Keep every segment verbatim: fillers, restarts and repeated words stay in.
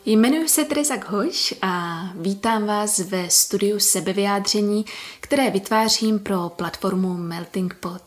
Jmenuji se Tereza Ghoš a vítám vás ve studiu sebevyjádření, které vytvářím pro platformu Melting Pot.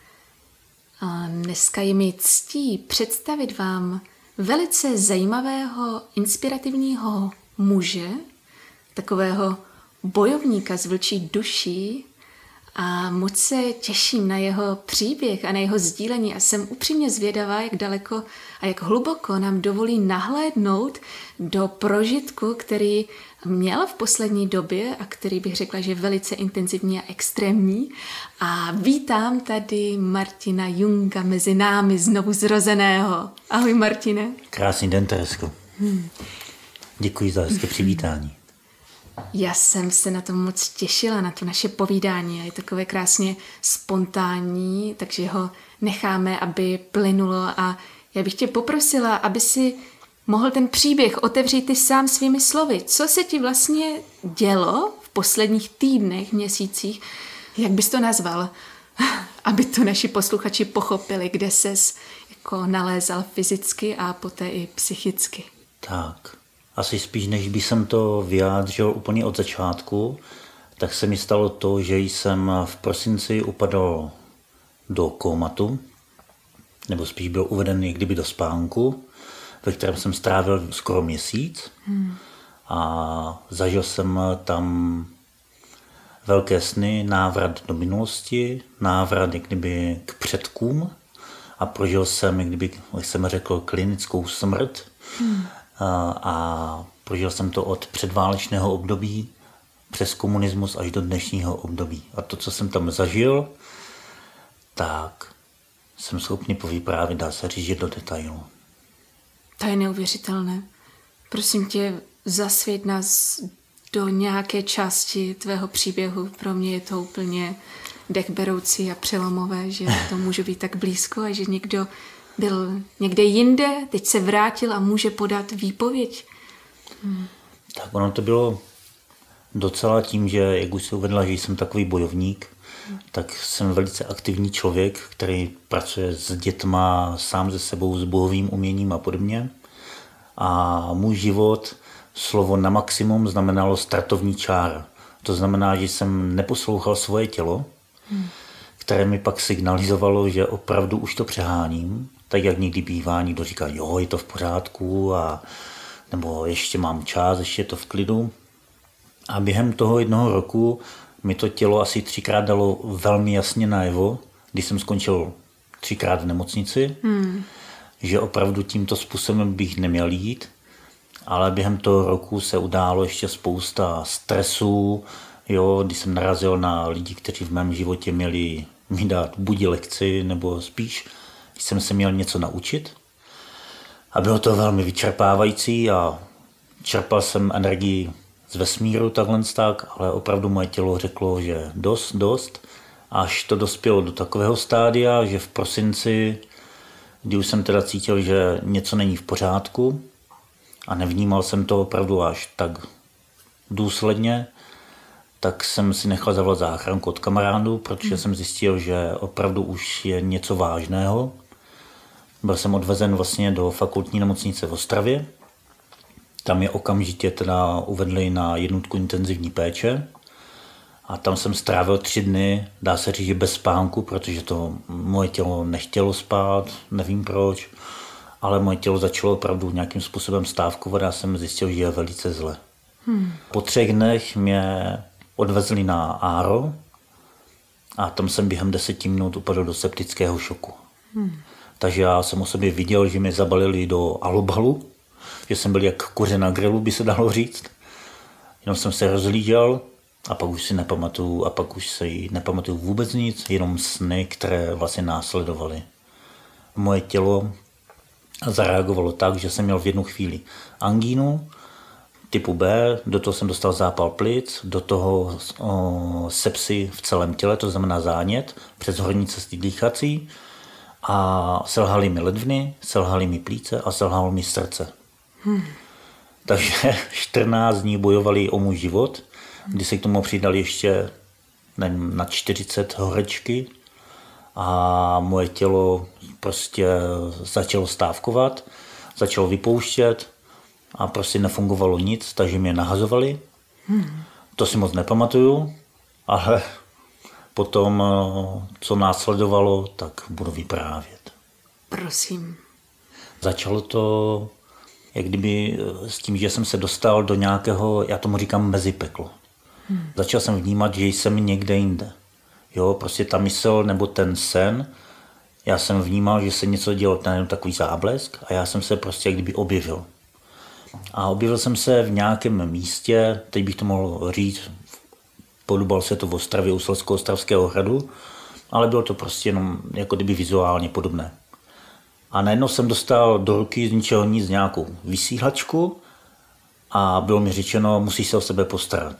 A dneska je mi ctí představit vám velice zajímavého, inspirativního muže, takového bojovníka s vlčí duší, a moc se těším na jeho příběh a na jeho sdílení a jsem upřímně zvědavá, jak daleko a jak hluboko nám dovolí nahlédnout do prožitku, který měl v poslední době a který bych řekla, že je velice intenzivní a extrémní. A vítám tady Martina Junga mezi námi, znovu zrozeného. Ahoj, Martine. Krásný den, Terezko. Hmm. Děkuji za hezké přivítání. Já jsem se na to moc těšila, na to naše povídání. Je takové krásně spontánní, takže ho necháme, aby plynulo. A já bych tě poprosila, aby si mohl ten příběh otevřít ty sám svými slovy. Co se ti vlastně dělo v posledních týdnech, měsících? Jak bys to nazval? Aby to naši posluchači pochopili, kde ses jako nalézal fyzicky a poté i psychicky. Tak. Asi spíš, než by jsem to vyjádřil úplně od začátku, tak se mi stalo to, že jsem v prosinci upadl do kómatu, nebo spíš byl uveden někdyby do spánku, ve kterém jsem strávil skoro měsíc hmm. a zažil jsem tam velké sny, návrat do minulosti, návrat někdyby k předkům a prožil jsem, někdyby, jak jsem řekl, klinickou smrt. Hmm. A, a prožil jsem to od předválečného období přes komunismus až do dnešního období. A to, co jsem tam zažil, tak jsem schopný povyprávět, dá se říct, do detailu. To je neuvěřitelné. Prosím tě, zasvěť nás do nějaké části tvého příběhu. Pro mě je to úplně dechberoucí a přelomové, že to může být tak blízko a že někdo byl někde jinde, teď se vrátil a může podat výpověď. Hmm. Tak ono to bylo docela tím, že jak už se uvedla, že jsem takový bojovník, hmm. tak jsem velice aktivní člověk, který pracuje s dětma, sám se sebou, s bohovým uměním a podobně. A můj život, slovo na maximum, znamenalo startovní čára. To znamená, že jsem neposlouchal svoje tělo, hmm. které mi pak signalizovalo, že opravdu už to přeháním. Tak jak někdy bývá, někdo říká, jo, je to v pořádku, a, nebo ještě mám čas, ještě je to v klidu. A během toho jednoho roku mi to tělo asi třikrát dalo velmi jasně najevo, když jsem skončil třikrát v nemocnici, hmm. že opravdu tímto způsobem bych neměl jít, ale během toho roku se událo ještě spousta stresů, jo, když jsem narazil na lidi, kteří v mém životě měli mi dát buď lekci, nebo spíš jsem se měl něco naučit. A bylo to velmi vyčerpávající a čerpal jsem energii z vesmíru takhle tak, ale opravdu moje tělo řeklo, že dost, dost. Až to dospělo do takového stádia, že v prosinci, kdy už jsem teda cítil, že něco není v pořádku a nevnímal jsem to opravdu až tak důsledně, tak jsem si nechal zavolat záchranku od kamarádů, protože hmm. jsem zjistil, že opravdu už je něco vážného. Byl jsem odvezen vlastně do fakultní nemocnice v Ostravě. Tam je okamžitě teda uvedli na jednotku intenzivní péče. A tam jsem strávil tři dny, dá se říct, bez spánku, protože to moje tělo nechtělo spát, nevím proč. Ale moje tělo začalo opravdu nějakým způsobem stávkovat a jsem zjistil, že je velice zle. Hmm. Po třech dnech mě odvezli na áro a tam jsem během deseti minut upadl do septického šoku. Hmm. Takže já jsem o sobě viděl, že mě zabalili do alobalu, že jsem byl jak kuře na grilu, by se dalo říct. Jenom jsem se rozhlížel a pak už si nepamatuju, a pak už si nepamatuju vůbec nic, jenom sny, které vlastně následovaly. Moje tělo zareagovalo tak, že jsem měl v jednu chvíli angínu typu B, do toho jsem dostal zápal plic, do toho o, sepsy v celém těle, to znamená zánět, přes horní cesty dýchací, a selhaly mi ledviny, selhaly mi plíce a selhalo mi srdce. Hmm. Takže čtrnáct dní bojovali o můj život, kdy se k tomu přidali ještě nevím, na čtyřicet horečky a moje tělo prostě začalo stávkovat, začalo vypouštět a prostě nefungovalo nic, takže mě nahazovali. Hmm. To si moc nepamatuju, ale potom, co následovalo, tak budu vyprávět. Prosím. Začalo to, jak kdyby s tím, že jsem se dostal do nějakého, já tomu říkám mezipeklo. Hmm. Začal jsem vnímat, že jsem někde jinde. Jo, prostě ta mysl nebo ten sen, já jsem vnímal, že se něco dělo, ten takový záblesk a já jsem se prostě jak kdyby objevil. A objevil jsem se v nějakém místě, teď bych to mohl říct, podobal se to v Ostravě u Slezsko-Ostravského hradu, ale bylo to prostě jenom jako kdyby vizuálně podobné. A najednou jsem dostal do ruky z ničeho nic nějakou vysílačku a bylo mi řečeno, musíš se o sebe postarat.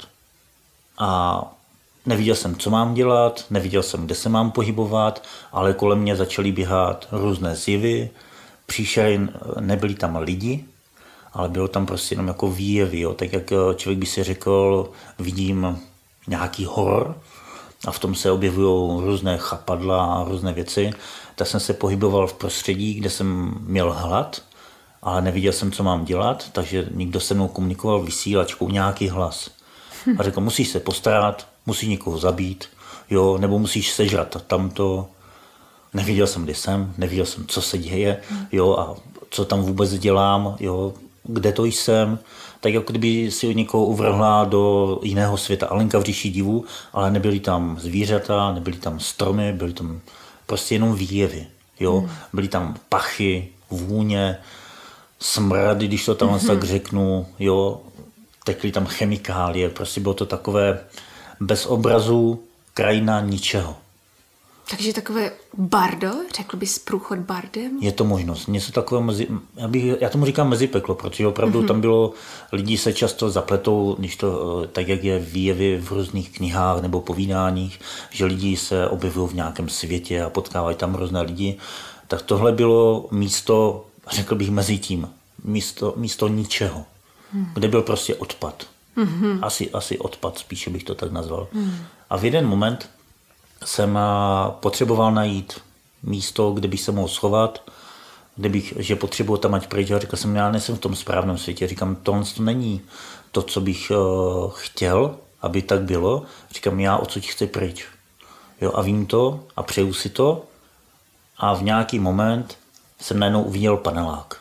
A neviděl jsem, co mám dělat, neviděl jsem, kde se mám pohybovat, ale kolem mě začaly běhat různé zjevy, příšery, nebyli tam lidi, ale bylo tam prostě jenom jako výjevy, jo. Tak jak člověk by si řekl, vidím nějaký horor a v tom se objevují různé chapadla a různé věci, tak jsem se pohyboval v prostředí, kde jsem měl hlad, ale neviděl jsem, co mám dělat, takže někdo se mnou komunikoval vysílačkou, nějaký hlas. A řekl, musíš se postarat, musíš někoho zabít, jo, nebo musíš sežrat tamto. Neviděl jsem, kde jsem, neviděl jsem, co se děje, jo, a co tam vůbec dělám, jo, kde to jsem. Tak jako kdyby si někoho uvrhla do jiného světa, Alenka v říši divů, ale nebyly tam zvířata, nebyly tam stromy, byly tam prostě jenom výjevy, jo. Hmm. Byly tam pachy, vůně, smrady, když to tam hmm. tak řeknu, jo. Tekly tam chemikálie, prostě bylo to takové bez obrazu, krajina ničeho. Takže takové bardo, řekl bys průchod bardem? Je to možnost. Něco takového mezi, já, bych, já tomu říkám mezipeklo, protože opravdu mm-hmm. tam bylo, lidi se často zapletou, když to, tak jak je výjevy v různých knihách nebo povídáních, že lidi se objevují v nějakém světě a potkávají tam různé lidi, tak tohle bylo místo, řekl bych mezi tím, místo, místo ničeho, mm. kde byl prostě odpad. Mm-hmm. Asi, asi odpad, spíše bych to tak nazval. Mm. A v jeden moment jsem potřeboval najít místo, kde bych se mohl schovat, kde bych, že potřebuji tam ať pryč. A říkal jsem, já nejsem v tom správném světě. Říkám, tohle to není to, co bych uh, chtěl, aby tak bylo. Říkám, já odsud chci pryč. Jo, a vím to a přeju si to. A v nějaký moment jsem najednou uviděl panelák.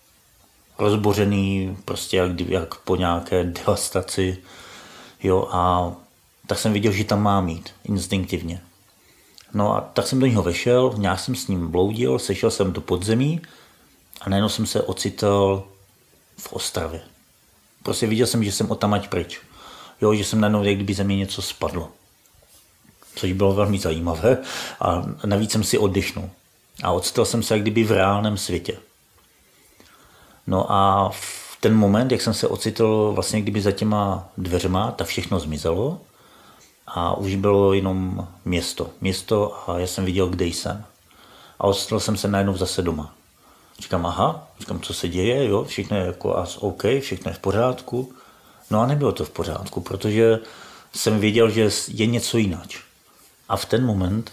Rozbořený, prostě jak, jak po nějaké devastaci. Jo, a tak jsem viděl, že tam mám jít instinktivně. No a tak jsem do něho vešel, nějak jsem s ním bloudil, sešel jsem do podzemí a najednou jsem se ocitl v Ostravě. Prostě viděl jsem, že jsem odtamať pryč. Jo, že jsem najednou, jak kdyby ze mě něco spadlo. Což bylo velmi zajímavé a navíc jsem si oddychnul. A ocitl jsem se jak kdyby v reálném světě. No a v ten moment, jak jsem se ocitl vlastně kdyby za těma dveřma, tak všechno zmizelo. A už bylo jenom město. Město a já jsem viděl, kde jsem. A ocitl jsem se najednou zase doma. Říkám, aha, říkám, co se děje, jo, všechno je jako as OK, všechno je v pořádku. No a nebylo to v pořádku, protože jsem věděl, že je něco jinak. A v ten moment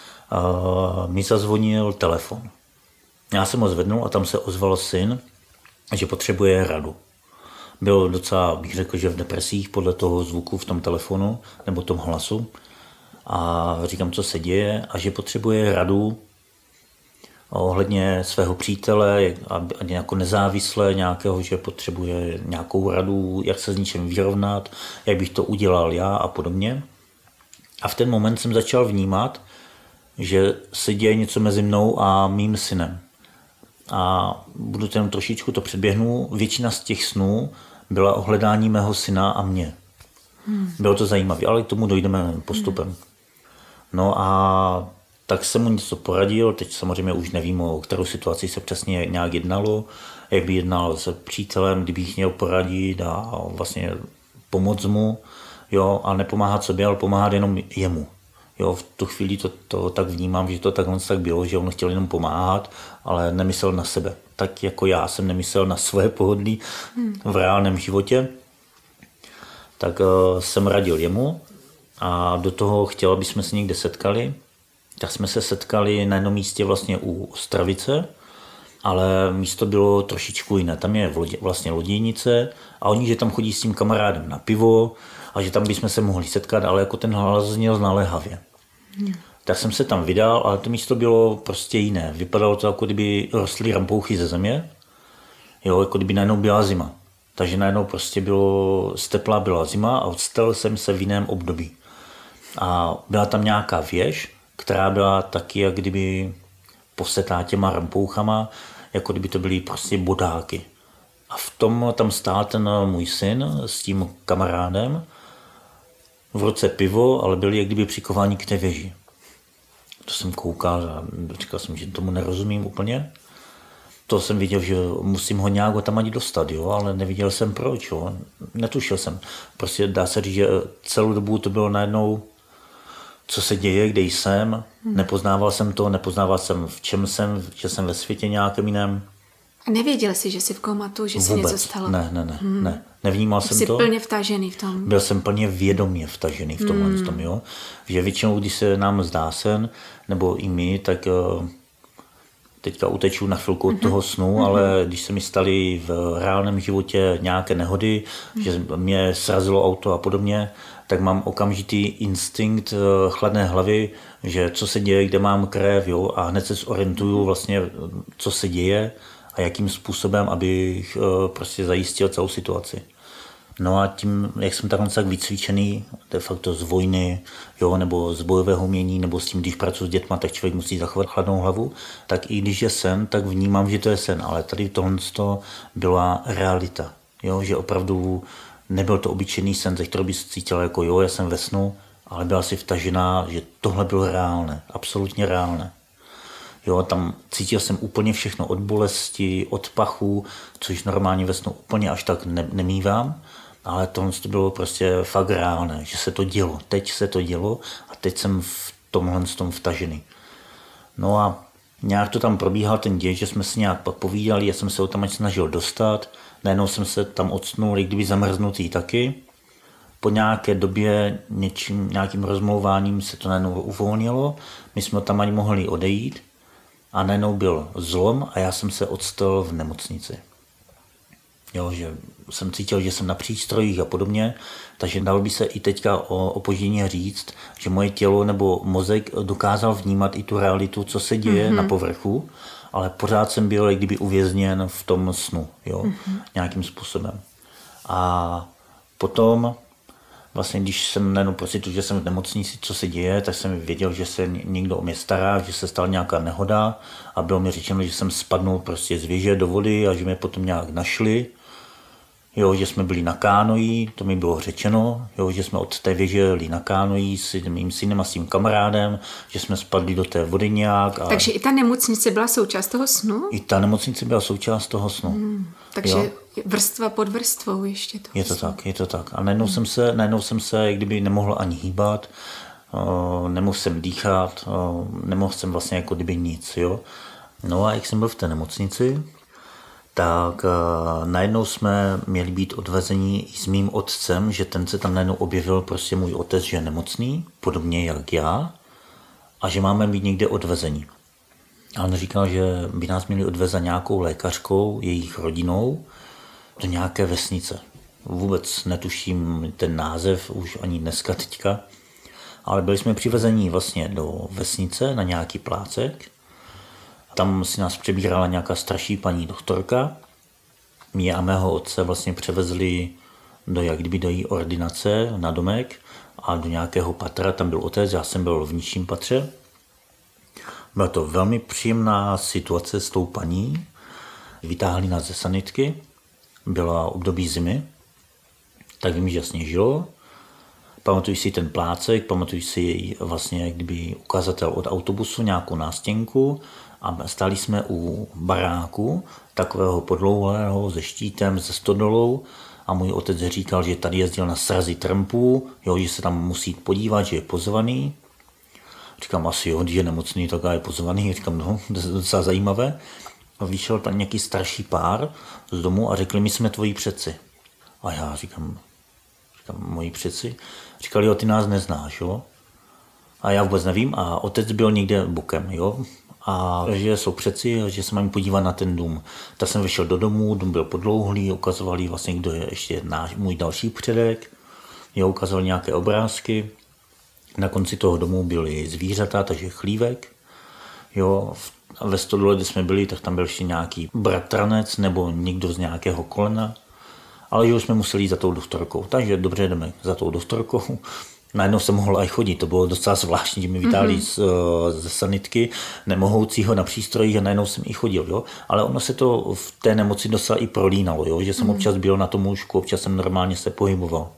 uh, mi zazvonil telefon. Já jsem ho zvednul a tam se ozval syn, že potřebuje radu. Byl docela, bych řekl, že v depresích podle toho zvuku v tom telefonu nebo tom hlasu. A říkám, co se děje a že potřebuje radu ohledně svého přítele a jako nezávisle nějakého, že potřebuje nějakou radu, jak se s ničem vyrovnat, jak bych to udělal já a podobně. A v ten moment jsem začal vnímat, že se děje něco mezi mnou a mým synem. A budu jenom trošičku to předběhnu. Většina z těch snů byla o hledání mého syna a mě. Hmm. Bylo to zajímavé, ale k tomu dojdeme postupem. Hmm. No a tak jsem mu něco poradil, teď samozřejmě už nevím, o kterou situaci se přesně nějak jednalo, jak by jednal se přítelem, kdybych měl poradit a vlastně pomoct mu, jo, a nepomáhat sobě, ale pomáhat jenom jemu. Jo, v tu chvíli to, to tak vnímám, že to takhle tak bylo, že on chtěl jenom pomáhat, ale nemyslel na sebe. Tak jako já jsem nemyslel na své pohodlí hmm. v reálném životě, tak uh, jsem radil jemu a do toho chtěl, aby jsme se někde setkali. Tak jsme se setkali na jednom místě vlastně u Ostravice ale místo bylo trošičku jiné. Tam je vlastně lodějnice a oni, že tam chodí s tím kamarádem na pivo a že tam bychom se mohli setkat, ale jako ten hlas zněl naléhavě. Hmm. Tak jsem se tam vydal, ale to místo bylo prostě jiné. Vypadalo to, jako kdyby rostly rampouchy ze země, jo, jako kdyby najednou byla zima. Takže najednou prostě bylo, z tepla byla zima a odstal jsem se v jiném období. A byla tam nějaká věž, která byla taky jak kdyby posetá těma rampouchama, jako kdyby to byly prostě bodáky. A v tom tam stál ten můj syn s tím kamarádem, v ruce pivo, ale byli jak kdyby přikováni k té věži. To jsem koukal a říkal jsem, že tomu nerozumím úplně. To jsem viděl, že musím ho nějak tam ani dostat, jo, ale neviděl jsem proč, jo. Netušil jsem. Prostě dá se říct, že celou dobu to bylo najednou, co se děje, kde jsem. Hmm. Nepoznával jsem to, nepoznával jsem, v čem jsem, že jsem ve světě nějakém jiném. A nevěděl jsi, že jsi v komatu, že se něco stalo? Ne, ne, ne, hmm. ne. Nevnímal jsem jsi to. Jsi plně vtažený v tom. Byl jsem plně vědomě vtažený v tomhle hmm. tom, jo. Že většinou, když se nám zdá sen, nebo i my, tak teďka uteču na chvilku od mm-hmm. toho snu, mm-hmm. ale když se mi staly v reálném životě nějaké nehody, mm-hmm. že mě srazilo auto a podobně, tak mám okamžitý instinkt chladné hlavy, že co se děje, kde mám krev, jo, a hned se zorientuju vlastně, co se děje a jakým způsobem, abych prostě zajistil celou situaci. No a tím, jak jsem takhle tak vycvičený, de facto z vojny, jo, nebo z bojového umění, nebo s tím, když pracuji s dětma, tak člověk musí zachovat chladnou hlavu, tak i když je sen, tak vnímám, že to je sen, ale tady tohle byla realita, jo, že opravdu nebyl to obyčejný sen, ze kterého by se cítila jako jo, já jsem ve snu, ale byla si vtažená, že tohle bylo reálné, absolutně reálné. Jo, tam cítil jsem úplně všechno od bolesti, od pachu, což normálně ve snu úplně až tak ne- nemívám, ale tohle to bylo prostě fakt reálné, že se to dělo. Teď se to dělo a teď jsem v tomhle tom vtažený. No a nějak to tam probíhal ten děj, že jsme si nějak pak povídali, já jsem se ho tam ať snažil dostat, najednou jsem se tam odstnul, i kdyby zamrznutý taky. Po nějaké době něčím, nějakým rozmlouváním se to najednou uvolnilo, my jsme tam ani mohli odejít a najednou byl zlom a já jsem se odstal v nemocnici. Jo, že jsem cítil, že jsem na přístrojích a podobně, takže dalo by se i teďka o opoždění říct, že moje tělo nebo mozek dokázal vnímat i tu realitu, co se děje mm-hmm. na povrchu, ale pořád jsem byl jak kdyby uvězněn v tom snu, jo, mm-hmm. nějakým způsobem. A potom vlastně, když jsem najednou pocítil, že jsem v nemocnici, co se děje, tak jsem věděl, že se někdo o mě stará, že se stala nějaká nehoda a bylo mi řečeno, že jsem spadnul prostě z věže do vody a že mě potom nějak našli. Jo, že jsme byli na kánoji, to mi bylo řečeno, jo, že jsme od té věže jeli na kánoji s mým synem a s tím kamarádem, že jsme spadli do té vody nějak. A... Takže i ta nemocnice byla součást toho snu? I ta nemocnice byla součást toho snu. Hmm, takže jo? Vrstva pod vrstvou ještě to. Je to tak, je to tak. A najednou, hmm. jsem se, najednou jsem se, kdyby nemohl ani hýbat, uh, nemohl jsem dýchat, uh, nemohl jsem vlastně jako kdyby nic, jo. No a jak jsem byl v té nemocnici, tak uh, najednou jsme měli být odvezeni s mým otcem, že ten se tam najednou objevil, prostě můj otec, že je nemocný, podobně jak já, a že máme být někde odvezení. A on říkal, že by nás měli odvezat nějakou lékařkou, jejich rodinou, do nějaké vesnice. Vůbec netuším ten název, už ani dneska teďka, ale byli jsme přivezeni vlastně do vesnice na nějaký plácek. Tam si nás přebírala nějaká starší paní doktorka. Mě a mého otce vlastně převezli do, jak kdyby do její ordinace na domek a do nějakého patra, tam byl otec, já jsem byl v nižším patře. Byla to velmi příjemná situace s tou paní. Vytáhli nás ze sanitky, byla období zimy, tak vím, že sněžilo. Pamatuji si ten plácek, pamatuji si její vlastně jak kdyby ukazatel od autobusu, nějakou nástěnku. A stáli jsme u baráku, takového podlouhlého, se štítem, se stodolou a můj otec říkal, že tady jezdil na srazy trampů, jo, že se tam musí podívat, že je pozvaný. Říkám, asi jo, když je nemocný, tak je pozvaný. Říkám, no, to je docela zajímavé. A vyšel tam nějaký starší pár z domu a řekli, my jsme tvoji předci. A já říkám, říkám, moji předci? Říkali, jo, ty nás neznáš, jo. A já vůbec nevím a otec byl někde bokem, jo. a že jsou přeci, že se mám podívat na ten dům. Tak jsem vyšel do domu, dům byl podlouhlý, ukazovali vlastně, kdo je ještě náš, můj další předek, jo, ukazovali nějaké obrázky. Na konci toho domu byly zvířata, takže chlívek, jo, ve stodole, kde jsme byli, tak tam byl ještě nějaký bratranec nebo někdo z nějakého kolena, ale že už jsme museli jít za tou doktorkou, takže dobře, jdeme za tou doktorkou. Najednou jsem mohl aj chodit, to bylo docela zvláštní, že mi vytáhli mm-hmm. ze sanitky nemohoucího na přístroji a najednou jsem i chodil, jo. Ale ono se to v té nemoci docela i prolínalo, jo, že jsem mm-hmm. občas byl na tom lůžku, občas jsem normálně se pohyboval.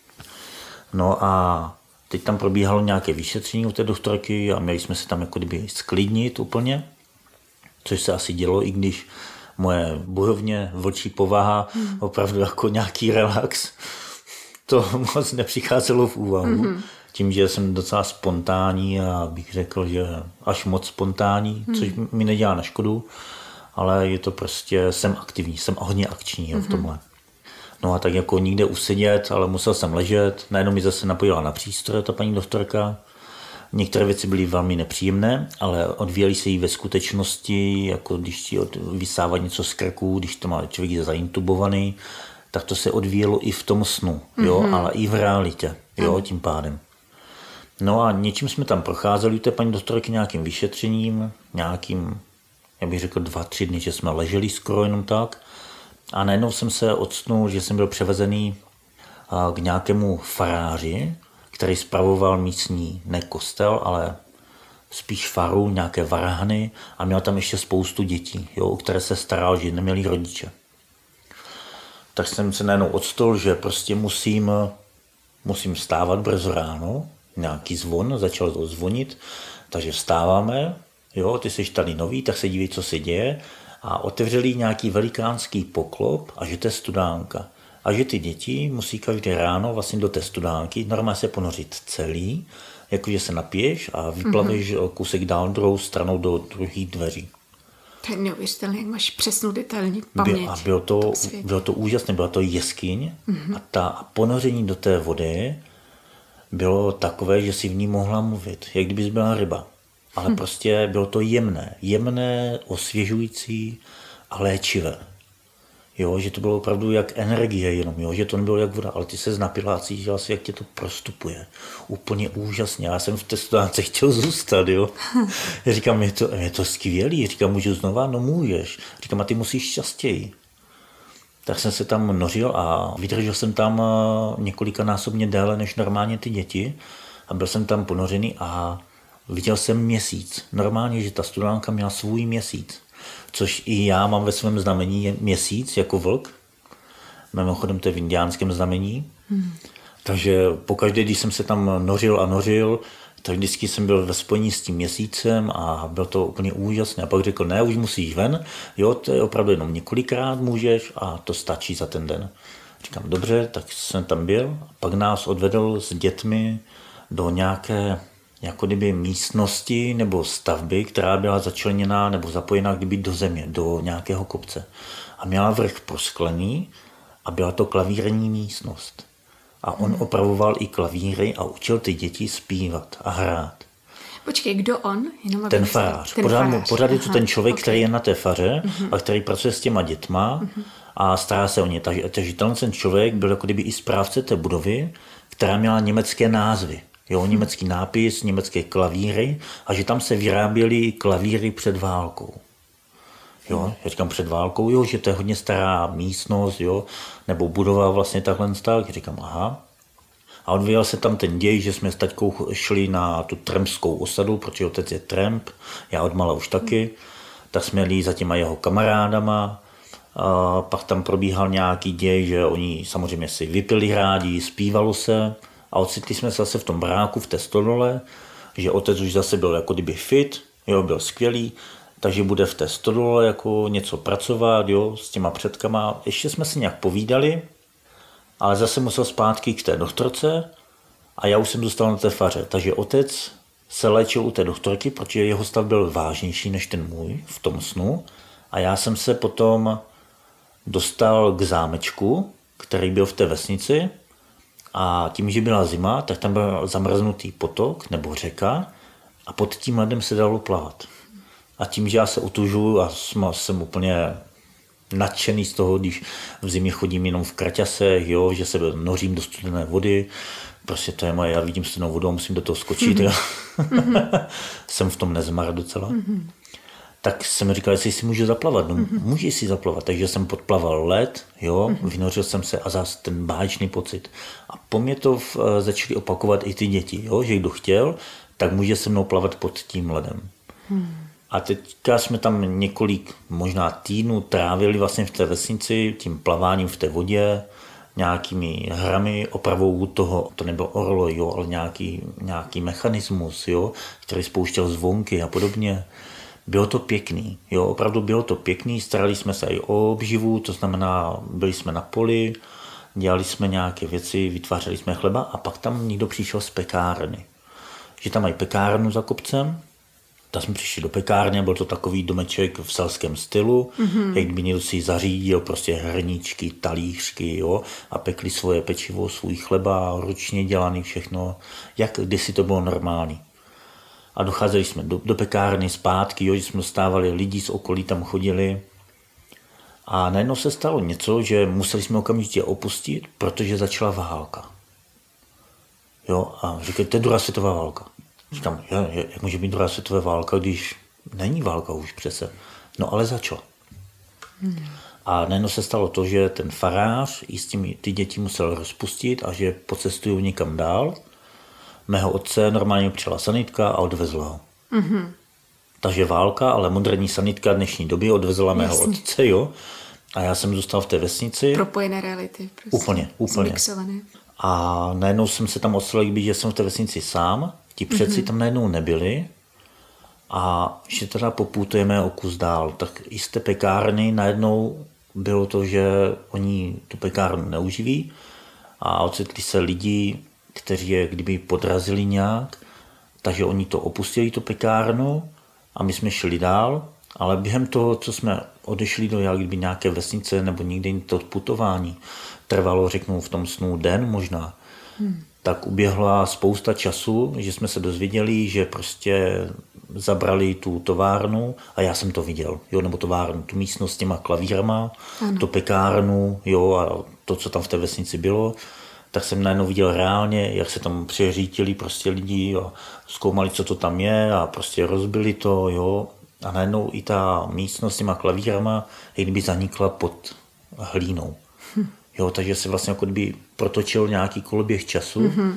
No a teď tam probíhalo nějaké vyšetření u té doktorky a měli jsme se tam jako kdyby sklidnit úplně, což se asi dělo, i když moje bojovně vlčí povaha, mm. opravdu jako nějaký relax, to moc nepřicházelo v úvahu. Mm-hmm. Tím, že jsem docela spontánní a bych řekl, že až moc spontánní, mm. což mi nedělá na škodu, ale je to prostě, jsem aktivní, jsem hodně akční mm-hmm. v tomhle. No a tak jako nikde usedět, ale musel jsem ležet, najednou mi zase napojila na přístroj ta paní doktorka. Některé věci byly velmi nepříjemné, ale odvíjely se jí ve skutečnosti, jako když ti vysává něco z krku, když to má člověk zaintubovaný, tak to se odvíjelo i v tom snu, jo, mm-hmm. ale i v realitě, jo, mm. tím pádem. No a něčím jsme tam procházeli u té paní doktorky nějakým vyšetřením, nějakým, já bych řekl dva, tři dny, že jsme leželi skoro jenom tak. A najednou jsem se odstnul, že jsem byl převezený k nějakému faráři, který spravoval místní, ne kostel, ale spíš faru, nějaké varhany a měl tam ještě spoustu dětí, jo, o které se staral, že neměli rodiče. Tak jsem se najednou odstl, že prostě musím, musím vstávat brzo ráno, nějaký zvon, začal to zvonit, takže vstáváme, jo, ty jsi tady nový, tak se dívej, co se děje. A otevřeli nějaký velikánský poklop a že to je studánka. A že ty děti musí každé ráno vlastně do té studánky normálně se ponořit celý, jakože se napiješ a vyplaveš mm-hmm. kousek dál druhou stranou do druhých dveří. To je neuvěřitelné, jak máš přesnou detailní paměť. Byl, a bylo to, bylo to úžasné, byla to jeskyň mm-hmm. a ta ponoření do té vody bylo takové, že si v ní mohla mluvit, jak kdybys byla ryba. Ale prostě bylo to jemné, jemné, osvěžující a léčivé. Jo, že to bylo opravdu jak energie jenom, jo, že to nebylo jak voda, ale ty se napila a cítila si, jak tě to prostupuje. Úplně úžasně. Já jsem v té studánce chtěl zůstat, jo. Já říkám, je to, je to skvělý, říkám, můžu znova? No můžeš. Říkám, a ty musíš častěji. Tak jsem se tam nořil a vydržel jsem tam několikanásobně déle než normálně ty děti a byl jsem tam ponořený a viděl jsem měsíc. Normálně, že ta studánka měla svůj měsíc. Což i já mám ve svém znamení měsíc jako vlk. Mimochodem to je v indiánském znamení. Hmm. Takže pokaždé, když jsem se tam nořil a nořil, tak vždycky jsem byl ve spojení s tím měsícem a bylo to úplně úžasné. A pak řekl, ne, už musíš ven. Jo, to je opravdu jenom několikrát můžeš a to stačí za ten den. Říkám, dobře, tak jsem tam byl. A pak nás odvedl s dětmi do nějaké jako kdyby místnosti nebo stavby, která byla začleněná nebo zapojená kdyby do země, do nějakého kopce. A měla vrch prosklený a byla to klavírní místnost. A on hmm. opravoval i klavíry a učil ty děti zpívat a hrát. Počkej, kdo on? Jenom ten farář. Ten pořád, farář. Pořád je to ten člověk, okay. který je na té faře uh-huh. a který pracuje s těma dětma uh-huh. a stará se o ně. Takže, takže ten člověk byl jako kdyby i správce té budovy, která měla německé názvy. Jo, německý nápis, německé klavíry a že tam se vyráběly klavíry před válkou. Jo, já říkám před válkou, jo, že to je hodně stará místnost, jo, nebo budova vlastně takhle tak. Říkám, aha. A odvíjel se tam ten děj, že jsme s taťkou šli na tu trampskou osadu, protože otec je tramp, já odmala už taky, tak jsme jeli za těma jeho kamarádama, a pak tam probíhal nějaký děj, že oni samozřejmě si vypili rádi, zpívalo se a ocitli jsme se zase v tom baráku, v té stodole, že otec už zase byl jako kdyby fit, jo, byl skvělý, takže bude v té stodole jako něco pracovat, jo, s těma předkama. Ještě jsme si nějak povídali, ale zase musel zpátky k té doktorce a já už jsem zůstal na té faře. Takže otec se léčil u té doktorky, protože jeho stav byl vážnější než ten můj v tom snu. A já jsem se potom dostal k zámečku, který byl v té vesnici. A tím, že byla zima, tak tam byl zamrznutý potok nebo řeka a pod tím ledem se dalo plavat. A tím, že já se otužuju a jsem, jsem úplně nadšený z toho, když v zimě chodím jenom v kraťasech, jo, že se nořím do studené vody. Prostě to je moje, já vidím studenou vodu a musím do toho skočit. Mm-hmm. Jsem v tom nezmar docela. Mm-hmm. Tak jsem říkal, jestli si můžu zaplavat. No, mm-hmm. můžeš si zaplavat. Takže jsem podplaval led, jo, mm-hmm. vynořil jsem se a zase ten báječný pocit. A po mně to v, začali opakovat i ty děti, jo, že kdo chtěl, tak může se mnou plavat pod tím ledem. Mm. A teďka jsme tam několik, možná týdnů trávili vlastně v té vesnici, tím plaváním v té vodě, nějakými hrami, opravou toho, to nebyl orloj, jo, ale nějaký, nějaký mechanismus, jo, který spouštěl zvonky a podobně. Bylo to pěkný, jo, opravdu bylo to pěkný, starali jsme se i o obživu, to znamená, byli jsme na poli, dělali jsme nějaké věci, vytvářeli jsme chleba a pak tam někdo přišel z pekárny. Že tam mají pekárnu za kopcem, tak jsme přišli do pekárny, byl to takový domeček v selském stylu, mm-hmm. jak by někdo si zařídil prostě hrníčky, talířky, jo, a pekli svoje pečivo, svůj chleba, ručně dělaný všechno, jak kdysi to bylo normální. A docházeli jsme do, do pekárny zpátky, jo, že jsme dostávali lidi z okolí, tam chodili. A najednou se stalo něco, že museli jsme okamžitě opustit, protože začala válka. Jo, a říkají, to je druhá světová válka. Říkám, jak může být druhá světová válka, když není válka už přece. No ale začala. Hmm. A najednou se stalo to, že ten farář i s těmi, ty děti musel rozpustit a že pocestují někam dál. Mého otce normálně přijela sanitka a odvezla ho. Mm-hmm. Takže válka, ale moderní sanitka dnešní doby odvezla mého Jasně. otce, jo. A já jsem zůstal v té vesnici. Propojené reality. Prostě. Úplně, úplně. Zmixované. A najednou jsem se tam odstřelil, když že jsem v té vesnici sám. Ti předci mm-hmm. tam najednou nebyli. A že teda poputujeme o kus dál. Tak i z té pekárny najednou bylo to, že oni tu pekárnu neuživí. A ocitli se lidi, kteří je kdyby podrazili nějak, takže oni to opustili, tu pekárnu a my jsme šli dál, ale během toho, co jsme odešli do jak kdyby nějaké vesnice nebo někde to putování, trvalo, řeknu, v tom snu den možná, hmm. tak uběhla spousta času, že jsme se dozvěděli, že prostě zabrali tu továrnu a já jsem to viděl, jo, nebo továrnu, tu místnost s těma klavírama, ano. tu pekárnu, jo, a to, co tam v té vesnici bylo, tak jsem najednou viděl reálně, jak se tam přeřítili prostě lidi a zkoumali, co to tam je a prostě rozbili to, jo. A najednou i ta místnost s těma klavírama, jak kdyby zanikla pod hlínou. Hm. Jo, takže se vlastně jako kdyby protočil nějaký koloběh času mm-hmm.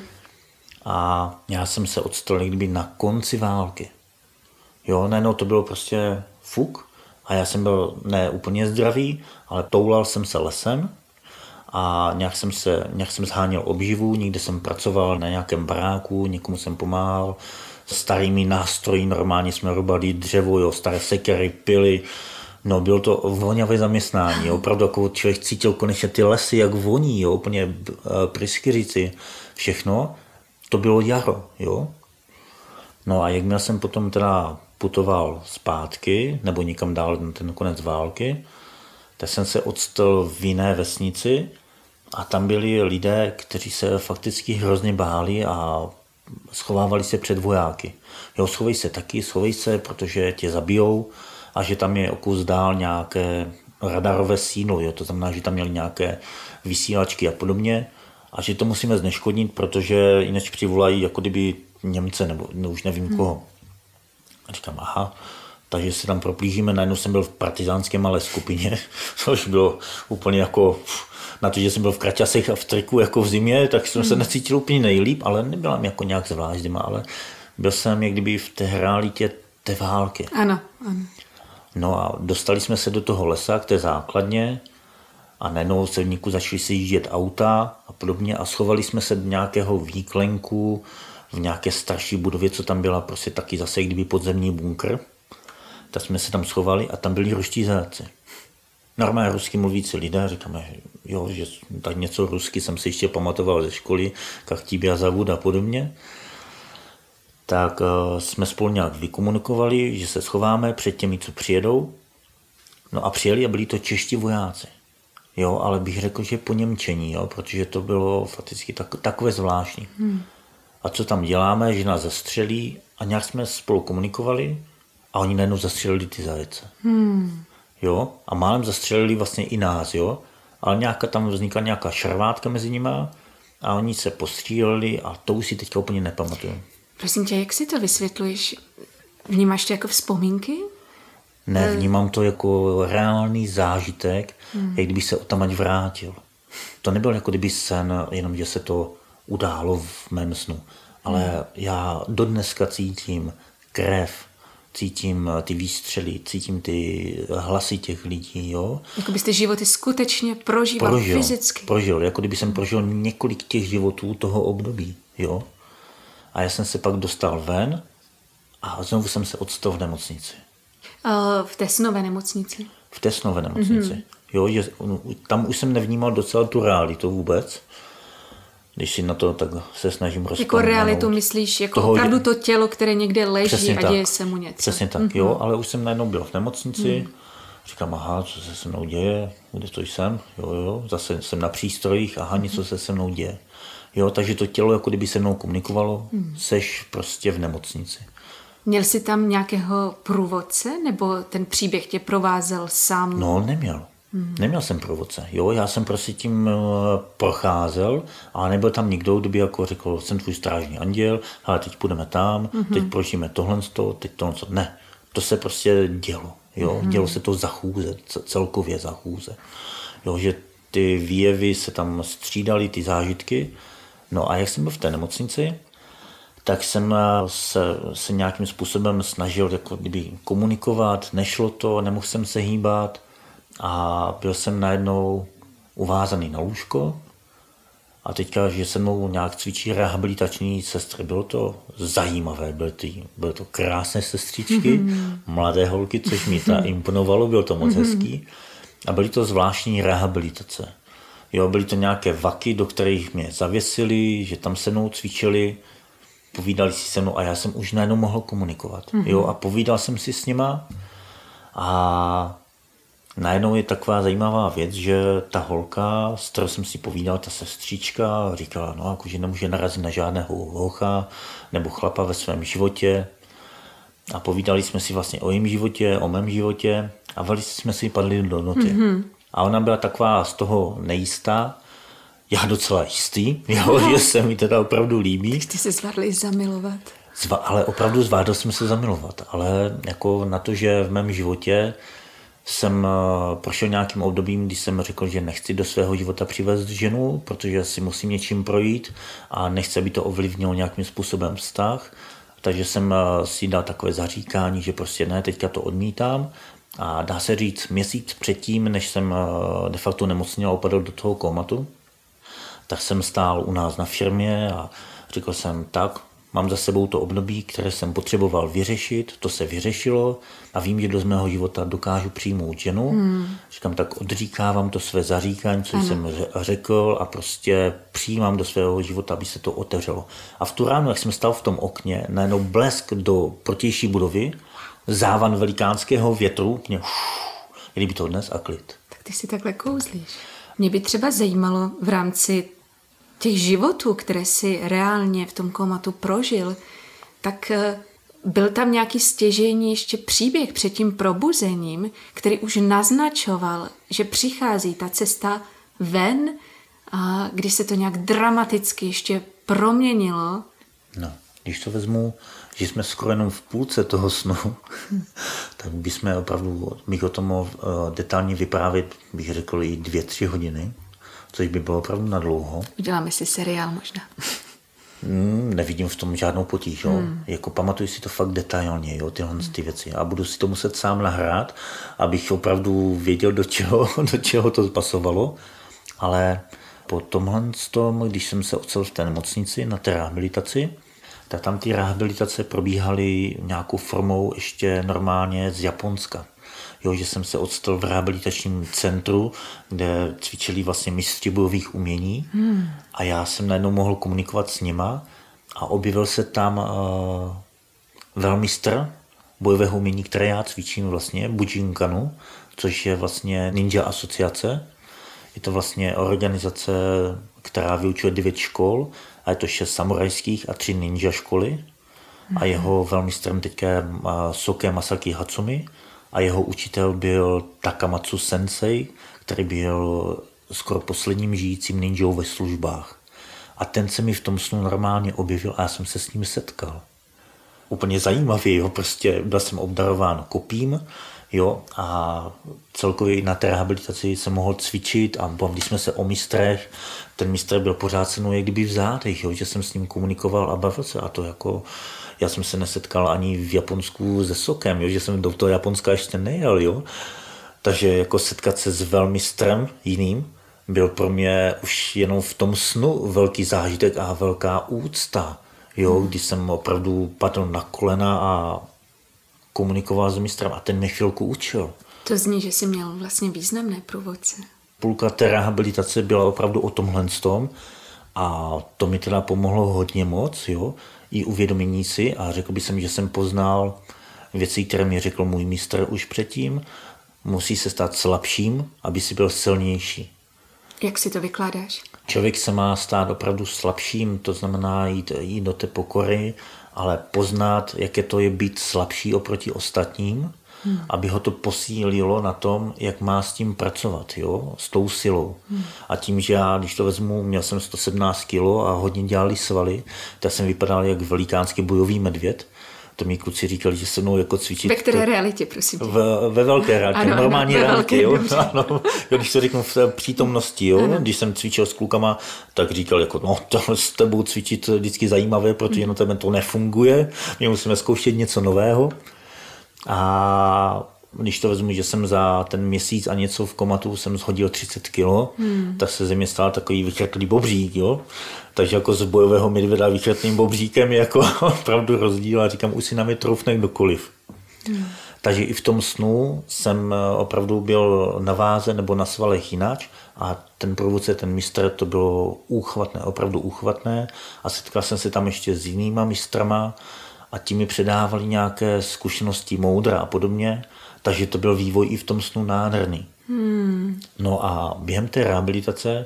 a já jsem se odstal jak kdyby na konci války. Jo, najednou to bylo prostě fuk a já jsem byl ne úplně zdravý, ale toulal jsem se lesem. A nějak jsem, se, nějak jsem zháněl obživu, někde jsem pracoval na nějakém baráku, někomu jsem pomáhal, starými nástroji, normálně jsme rubali dřevo, jo, staré sekery, pily, no bylo to voňavé zaměstnání, jo, opravdu jako člověk cítil konečně ty lesy, jak voní, jo, úplně pryskyřici, všechno, to bylo jaro, jo. No a jakmile jsem potom teda putoval zpátky, nebo někam dál na ten konec války, tak jsem se odstal v jiné vesnici a tam byli lidé, kteří se fakticky hrozně báli a schovávali se před vojáky. Jo, schovej se taky, schovej se, protože tě zabijou a že tam je o kus dál nějaké radarové sídlo, jo, to znamená, že tam měli nějaké vysílačky a podobně a že to musíme zneškodnit, protože jinak přivolají jako kdyby Němce nebo no, už nevím hmm. koho. A říkám, aha, takže se tam proplížíme, najednou jsem byl v partizánské malé skupině, což bylo úplně jako, na to, že jsem byl v kraťasech a v triku jako v zimě, tak jsem mm. se necítil úplně nejlíp, ale nebyla mi jako nějak zvlášť zima, ale byl jsem jak kdyby v té realitě té války. Ano, ano. No a dostali jsme se do toho lesa, k té základně a najednou se v níku začali si jíždět auta a podobně a schovali jsme se do nějakého výklenku v nějaké starší budově, co tam byla prostě taky zase kdyby podzemní bunkr. Tak jsme se tam schovali a tam byli ruští zajatci. Normálně rusky mluvící lidé, říkáme, jo, že tak něco rusky jsem si ještě pamatoval ze školy, jak tíbě zavud a podobně. Tak uh, jsme spolu nějak vykomunikovali, že se schováme před těmi, co přijedou. No a přijeli a byli to čeští vojáci. Jo, ale bych řekl, že po němčení, jo, protože to bylo fakticky tak, takové zvláštní. Hmm. A co tam děláme, že nás zastřelí a nějak jsme spolu komunikovali a oni najednou zastřelili ty zajece. Hmm. Jo, a málem zastřelili vlastně i nás, jo, ale nějaká, tam vznikla nějaká šarvátka mezi nima a oni se postříleli a to už si teďka úplně nepamatuju. Prosím tě, jak si to vysvětluješ? Vnímáš to jako vzpomínky? Ne, vnímám to jako reálný zážitek, hmm. jak kdyby se tam ať vrátil. To nebyl jako kdyby sen, jenom že se to událo v mém snu, ale hmm. já dodneska cítím krev, cítím ty výstřely, cítím ty hlasy těch lidí, jo. Jako byste životy skutečně prožíval prožil, fyzicky. Prožil, jako kdyby jsem prožil několik těch životů toho období, jo. A já jsem se pak dostal ven a znovu jsem se odstal v nemocnici. Uh, v té snové nemocnici? V té snové nemocnici, mm-hmm. jo, že tam už jsem nevnímal docela tu realitu vůbec. Když si na to tak se snažím rozpomenout. Jako realitu myslíš, jako toho, opravdu to tělo, které někde leží a tak, děje se mu něco. Přesně tak, mm-hmm. jo, ale už jsem najednou byl v nemocnici, mm. říkám, aha, co se se mnou děje, kde to jsem, jo, jo, zase jsem na přístrojích, aha, mm-hmm. něco se se mnou děje. Jo, takže to tělo, jako kdyby se mnou komunikovalo, mm. seš prostě v nemocnici. Měl jsi tam nějakého průvodce, nebo ten příběh tě provázel sám? No, neměl. Hmm. Neměl jsem průvodce. Jo, já jsem prostě tím uh, procházel, ale nebyl tam nikdo, kdo by jako řekl, jsem tvůj strážný anděl, ale teď půjdeme tam, hmm. teď prožijeme tohle, teď tohle. Ne, to se prostě dělo. Jo, hmm. dělo se to za chůze, celkově za chůze. Jo, že ty výjevy se tam střídaly, ty zážitky. No a jak jsem byl v té nemocnici, tak jsem se, se nějakým způsobem snažil jako kdyby komunikovat, nešlo to, nemohl jsem se hýbat a byl jsem najednou uvázaný na lůžko a teďka, že se mnou nějak cvičí rehabilitační sestry, bylo to zajímavé, byly to, byly to krásné sestřičky, mm-hmm. mladé holky, což mi ta imponovalo, bylo to moc mm-hmm. hezký a byly to zvláštní rehabilitace. Jo, byly to nějaké vaky, do kterých mě zavěsili, že tam se mnou cvičili, povídali si se mnou a já jsem už najednou mohl komunikovat. Mm-hmm. Jo, a povídal jsem si s nima a najednou je taková zajímavá věc, že ta holka, s kterou jsem si povídal, ta sestřička, říkala, no, jako, že nemůže narazit na žádného hocha nebo chlapa ve svém životě. A povídali jsme si vlastně o jejím životě, o mém životě a velice jsme si padli do noty. Mm-hmm. A ona byla taková z toho nejistá, já docela jistý, jo, že se mi teda opravdu líbí. Tak jste se zvládli zamilovat. Zva, ale opravdu zvládl jsem se zamilovat, ale jako na to, že v mém životě jsem prošel nějakým obdobím, kdy jsem řekl, že nechci do svého života přivést ženu, protože si musím něčím projít a nechci, aby to ovlivnilo nějakým způsobem vztah. Takže jsem si dal takové zaříkání, že prostě ne, teďka to odmítám. A dá se říct, měsíc předtím, než jsem de facto nemocněl a upadl do toho komatu, tak jsem stál u nás na firmě a řekl jsem tak, mám za sebou to období, které jsem potřeboval vyřešit, to se vyřešilo a vím, že do z mého života dokážu přijmout ženu. Hmm. Říkám, tak odříkávám to své zaříkání, co ano. jsem řekl a prostě přijímám do svého života, aby se to otevřelo. A v tu ránu, jak jsem stál v tom okně, najednou blesk do protější budovy, závan velikánského větru, mě uf, kdyby to dnes a klid. Tak ty si takhle kouzlíš. Mě by třeba zajímalo v rámci těch životů, které si reálně v tom komatu prožil, tak byl tam nějaký stěžejní ještě příběh před tím probuzením, který už naznačoval, že přichází ta cesta ven, a když se to nějak dramaticky ještě proměnilo. No, když to vezmu, že jsme skoro jenom v půlce toho snu, tak bychom opravdu, bych o tom mohl detailně vyprávět, bych řekl i dvě, tři hodiny, což by bylo opravdu nadlouho. Uděláme si seriál možná. Hmm, nevidím v tom žádnou potíž. Hmm. Jako pamatuju si to fakt detailně, jo, tyhle hmm. ty věci. A budu si to muset sám nahrát, abych opravdu věděl, do čeho, do čeho to pasovalo. Ale po tomhle tom, když jsem se ocel v té nemocnici na té rehabilitaci, tak tam ty rehabilitace probíhaly nějakou formou ještě normálně z Japonska. Jo, že jsem se odstal v rehabilitačním centru, kde cvičili vlastně mistři bojových umění hmm. a já jsem najednou mohl komunikovat s nima a objevil se tam uh, velmistr bojového umění, které já cvičím vlastně, Bujinkanu, což je vlastně ninja asociace. Je to vlastně organizace, která vyučuje devět škol a je to šest samurajských a tři ninja školy. a jeho velmistrem teďka je Soke Masaki Hatsumi a jeho učitel byl Takamatsu Sensei, který byl skoro posledním žijícím ninjou ve službách. A ten se mi v tom snu normálně objevil a já jsem se s ním setkal. Úplně zajímavý, jo, prostě byl jsem obdarován kopím, jo, a celkově na té rehabilitaci jsem mohl cvičit a bavili jsme se o mistrech. Ten mistr byl pořád se mnou jak kdyby v zádech, jo, že jsem s ním komunikoval a bavil se a to jako, já jsem se nesetkal ani v Japonsku se Sokem, jo, že jsem do toho Japonska ještě nejel, jo. Takže jako setkat se s velmistrem jiným byl pro mě už jenom v tom snu velký zážitek a velká úcta, jo, hmm. když jsem opravdu padl na kolena a komunikoval s mistrem a ten mě chvilku učil. To zní, že jsi měl vlastně významné průvodce. Půlka té rehabilitace byla opravdu o tomhle tom a to mi teda pomohlo hodně moc, jo, i uvědomění si a řekl bych, že jsem poznal věci, které mi řekl můj mistr už předtím. Musí se stát slabším, aby si byl silnější. Jak si to vykládáš? Člověk se má stát opravdu slabším, to znamená jít, jít do té pokory, ale poznat, jaké to je být slabší oproti ostatním, hmm. aby ho to posílilo na tom, jak má s tím pracovat, jo? S tou silou. Hmm. A tím, že já, když to vezmu, měl jsem sto sedmnáct kilo a hodně dělali svaly, tak jsem vypadal jak velikánský bojový medvěd. To mi kluci říkali, že se mnou jako cvičit. Ve které realitě, prosím? V, ve velké realitě, normální realitě, jo? Ano, když to řeknu v té přítomnosti, jo? Když jsem cvičil s klukama, tak říkal, jako, no to s tebou cvičit vždycky zajímavé, protože no tebe to nefunguje, my musíme zkoušet něco nového. A když to vezmu, že jsem za ten měsíc a něco v komatu jsem shodil třicet kilo, hmm. tak se ze mě stal takový vychrtlý bobřík, jo. Takže jako z bojového medvěda vychrtlým bobříkem je jako opravdu rozdíl a říkám, už si na mě troufne kdokoliv. Hmm. Takže i v tom snu jsem opravdu byl na váze nebo na svalech jináč a ten průvodce, ten mistr, to bylo úchvatné, opravdu úchvatné a setkal jsem se tam ještě s jinýma mistrama a ti mi předávali nějaké zkušenosti, moudra a podobně. Takže to byl vývoj i v tom snu nádherný. Hmm. No a během té rehabilitace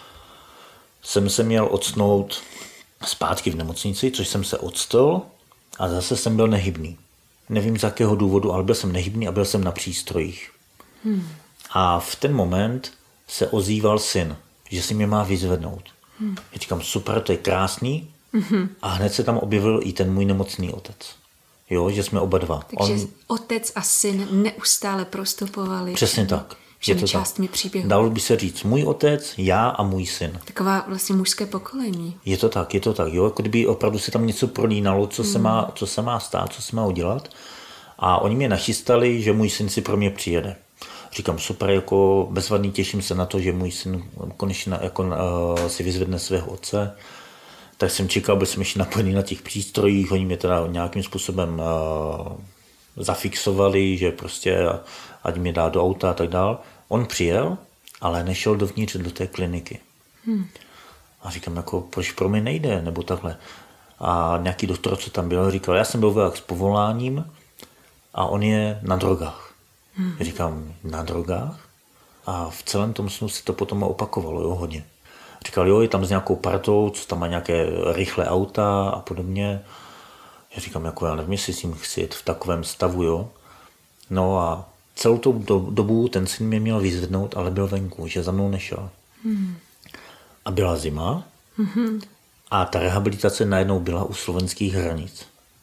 jsem se měl odsnout zpátky v nemocnici, což jsem se odstal a zase jsem byl nehybný. Nevím z jakého důvodu, ale byl jsem nehybný a byl jsem na přístrojích. Hmm. A v ten moment se ozýval syn, že si mě má vyzvednout. Hmm. Já říkám, super, to je krásný. Hmm. A hned se tam objevil i ten můj nemocný otec. Jo, že jsme oba dva. Takže On... otec a syn neustále prostupovali. Přesně tak. Všemi částmi příběhu. Dalo by se říct můj otec, já a můj syn. Taková vlastně mužské pokolení. Je to tak, je to tak. Jo, jako kdyby opravdu se tam něco prolínalo, co, hmm. se má, co se má stát, co se má udělat. A oni mě nachystali, že můj syn si pro mě přijede. Říkám, super, jako bezvadný, těším se na to, že můj syn konečně jako, uh, si vyzvedne svého otce. Tak jsem čekal, byl jsem ještě napojený na těch přístrojích, oni mě teda nějakým způsobem uh, zafixovali, že prostě ať mě dá do auta a tak dál. On přijel, ale nešel dovnitř do té kliniky. Hmm. A říkám, jako, proč pro mě nejde, nebo takhle. A nějaký doktor, co tam byl, říkal, já jsem byl voják s povoláním a on je na drogách. Hmm. Říkám, na drogách? A v celém tom snu se to potom opakovalo, jo, hodně. Říkal, jo, je tam s nějakou partou, co tam má nějaké rychlé auta a podobně. Já říkám, jako já nevím, jestli s ním chci jet v takovém stavu, jo. No a celou tou dobu ten syn mě měl vyzvednout, ale byl venku, že za mnou nešel. Hmm. A byla zima hmm. a ta rehabilitace najednou byla u slovenských hranic.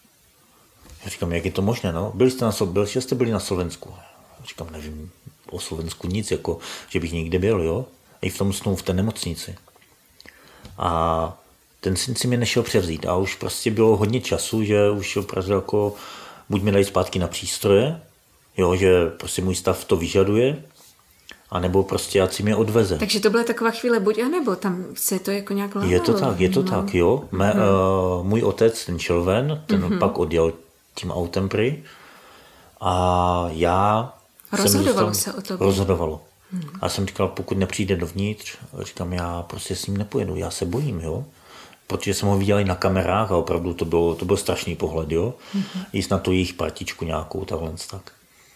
Já říkám, jak je to možné, no? Byli jste, na, byli, jste byli na Slovensku. Já říkám, nevím o Slovensku nic, jako, že bych nikde byl, jo. I v tom snu v té nemocnici. A ten syn si mě nešel převzít a už prostě bylo hodně času, že už opravdu jako buď mi dají zpátky na přístroje, jo, že prostě můj stav to vyžaduje, anebo prostě ať si mě odveze. Takže to byla taková chvíle buď a nebo, tam se to jako nějak lámalo. Je to tak, je to no. tak, jo. Mé, hmm. uh, můj otec, ten šel ven, ten hmm. pak odjel tím autem pry a já rozhodovalo jsem se o to. Rozhodovalo. Hmm. A jsem říkal, pokud nepřijde dovnitř, říkám, já prostě s ním nepojedu, já se bojím, jo. Protože jsem ho viděl i na kamerách a opravdu to bylo, to byl strašný pohled, jo. Hmm. Jíst na tu jejich partičku nějakou, takhle tak.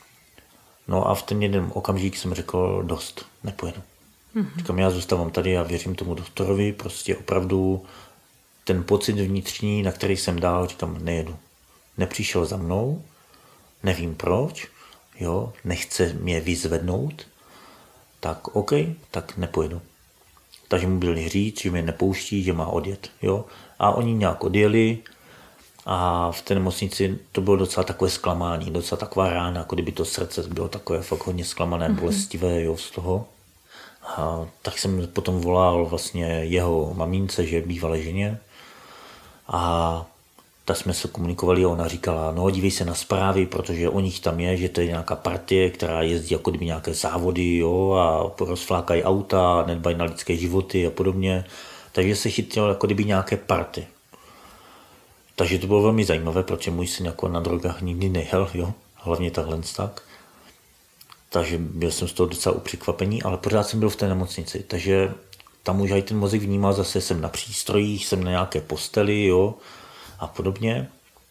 No a v ten jeden okamžik jsem řekl, dost, nepojedu. Hmm. Říkám, já zůstávám tady a věřím tomu doktorovi, prostě opravdu ten pocit vnitřní, na který jsem dal, říkám, nejedu. nepřišel za mnou, nevím proč, jo, nechce mě vyzvednout, tak OK, tak nepojedu. Takže mu byli říct, že mě nepouští, že má odjet. Jo? A oni nějak odjeli a v té nemocnici to bylo docela takové zklamání, docela taková rána, jako kdyby to srdce bylo takové fakt hodně zklamané, mm-hmm. bolestivé, jo, z toho. A tak jsem potom volal vlastně jeho mamince, že je bývalé ženě. A tak jsme se komunikovali a ona říkala, no dívej se na zprávy, protože o nich tam je, že to je nějaká partie, která jezdí jako kdyby nějaké závody, jo, a rozflákají auta, nedbají na lidské životy a podobně. Takže se chytil jako kdyby nějaké party. Takže to bylo velmi zajímavé, protože můj syn jako na drogách nikdy nejel, jo, hlavně takhle tak. Takže byl jsem z toho docela upřekvapený, ale pořád jsem byl v té nemocnici, takže tam už i ten mozek vnímal, zase jsem na přístrojích, jsem na nějaké posteli, jo, a podobně.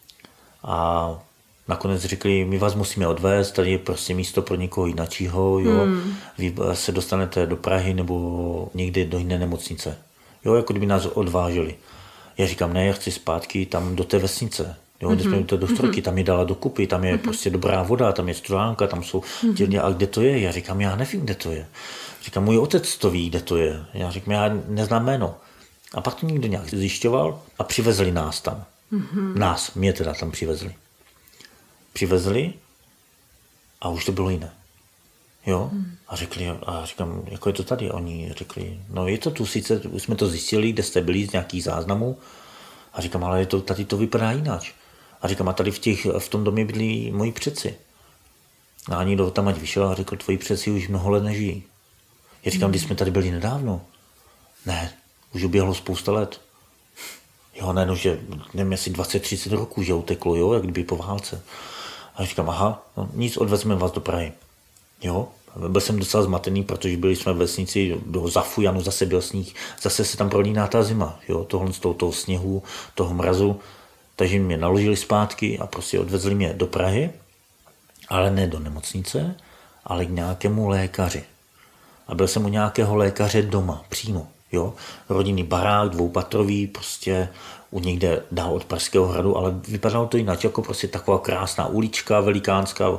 A nakonec řekli, my vás musíme odvést, tady je prostě místo pro někoho jináčího, jo. Hmm. Vy se dostanete do Prahy nebo někde do jiné nemocnice. Jo, jako kdyby nás odváželi. Já říkám, ne, já chci zpátky tam do té vesnice. Jo, kde jsme do té doktorky, tam je dala dokupy, tam je prostě dobrá voda, tam je studánka, tam jsou dělně, a kde to je? Já říkám, já nevím, kde to je. Říkám, můj otec to ví, kde to je. Já říkám, já neznám jméno. A pak to někdo nějak zjišťoval a přivezli nás tam. Mm-hmm. Nás, mě teda tam přivezli. Přivezli a už to bylo jiné. Jo? Mm. A řekli, a říkám, jako je to tady? Oni řekli, no je to tu sice, už jsme to zjistili, kde jste byli z nějakých záznamů. A říkám, ale je to, tady to vypadá jináč. A říkám, a tady v, těch, v tom domě byli moji předci. A ani do tam ať vyšel a řekl, tvoji předci už mnoho let nežijí. Já říkám, mm. když jsme tady byli nedávno. Ne, už uběhlo spousta let. Jo, ne, no, že nevím, jestli dvacet třicet roků, že uteklo, jo, jak kdyby po válce. A říkám, aha, no, nic, odvezme vás do Prahy. Jo, byl jsem docela zmatený, protože byli jsme v vesnici do Zafujanu, zase byl sníh, zase se tam prolíná ta zima, jo, tohle z toho, toho sněhu, toho mrazu. Takže mě naložili zpátky a prostě odvezli mě do Prahy, ale ne do nemocnice, ale k nějakému lékaři. A byl jsem u nějakého lékaře doma, přímo. Jo? Rodinný barák, dvoupatrový, prostě u někde dál od Pražského hradu, ale vypadalo to jinak, jako prostě taková krásná ulička, velikánská.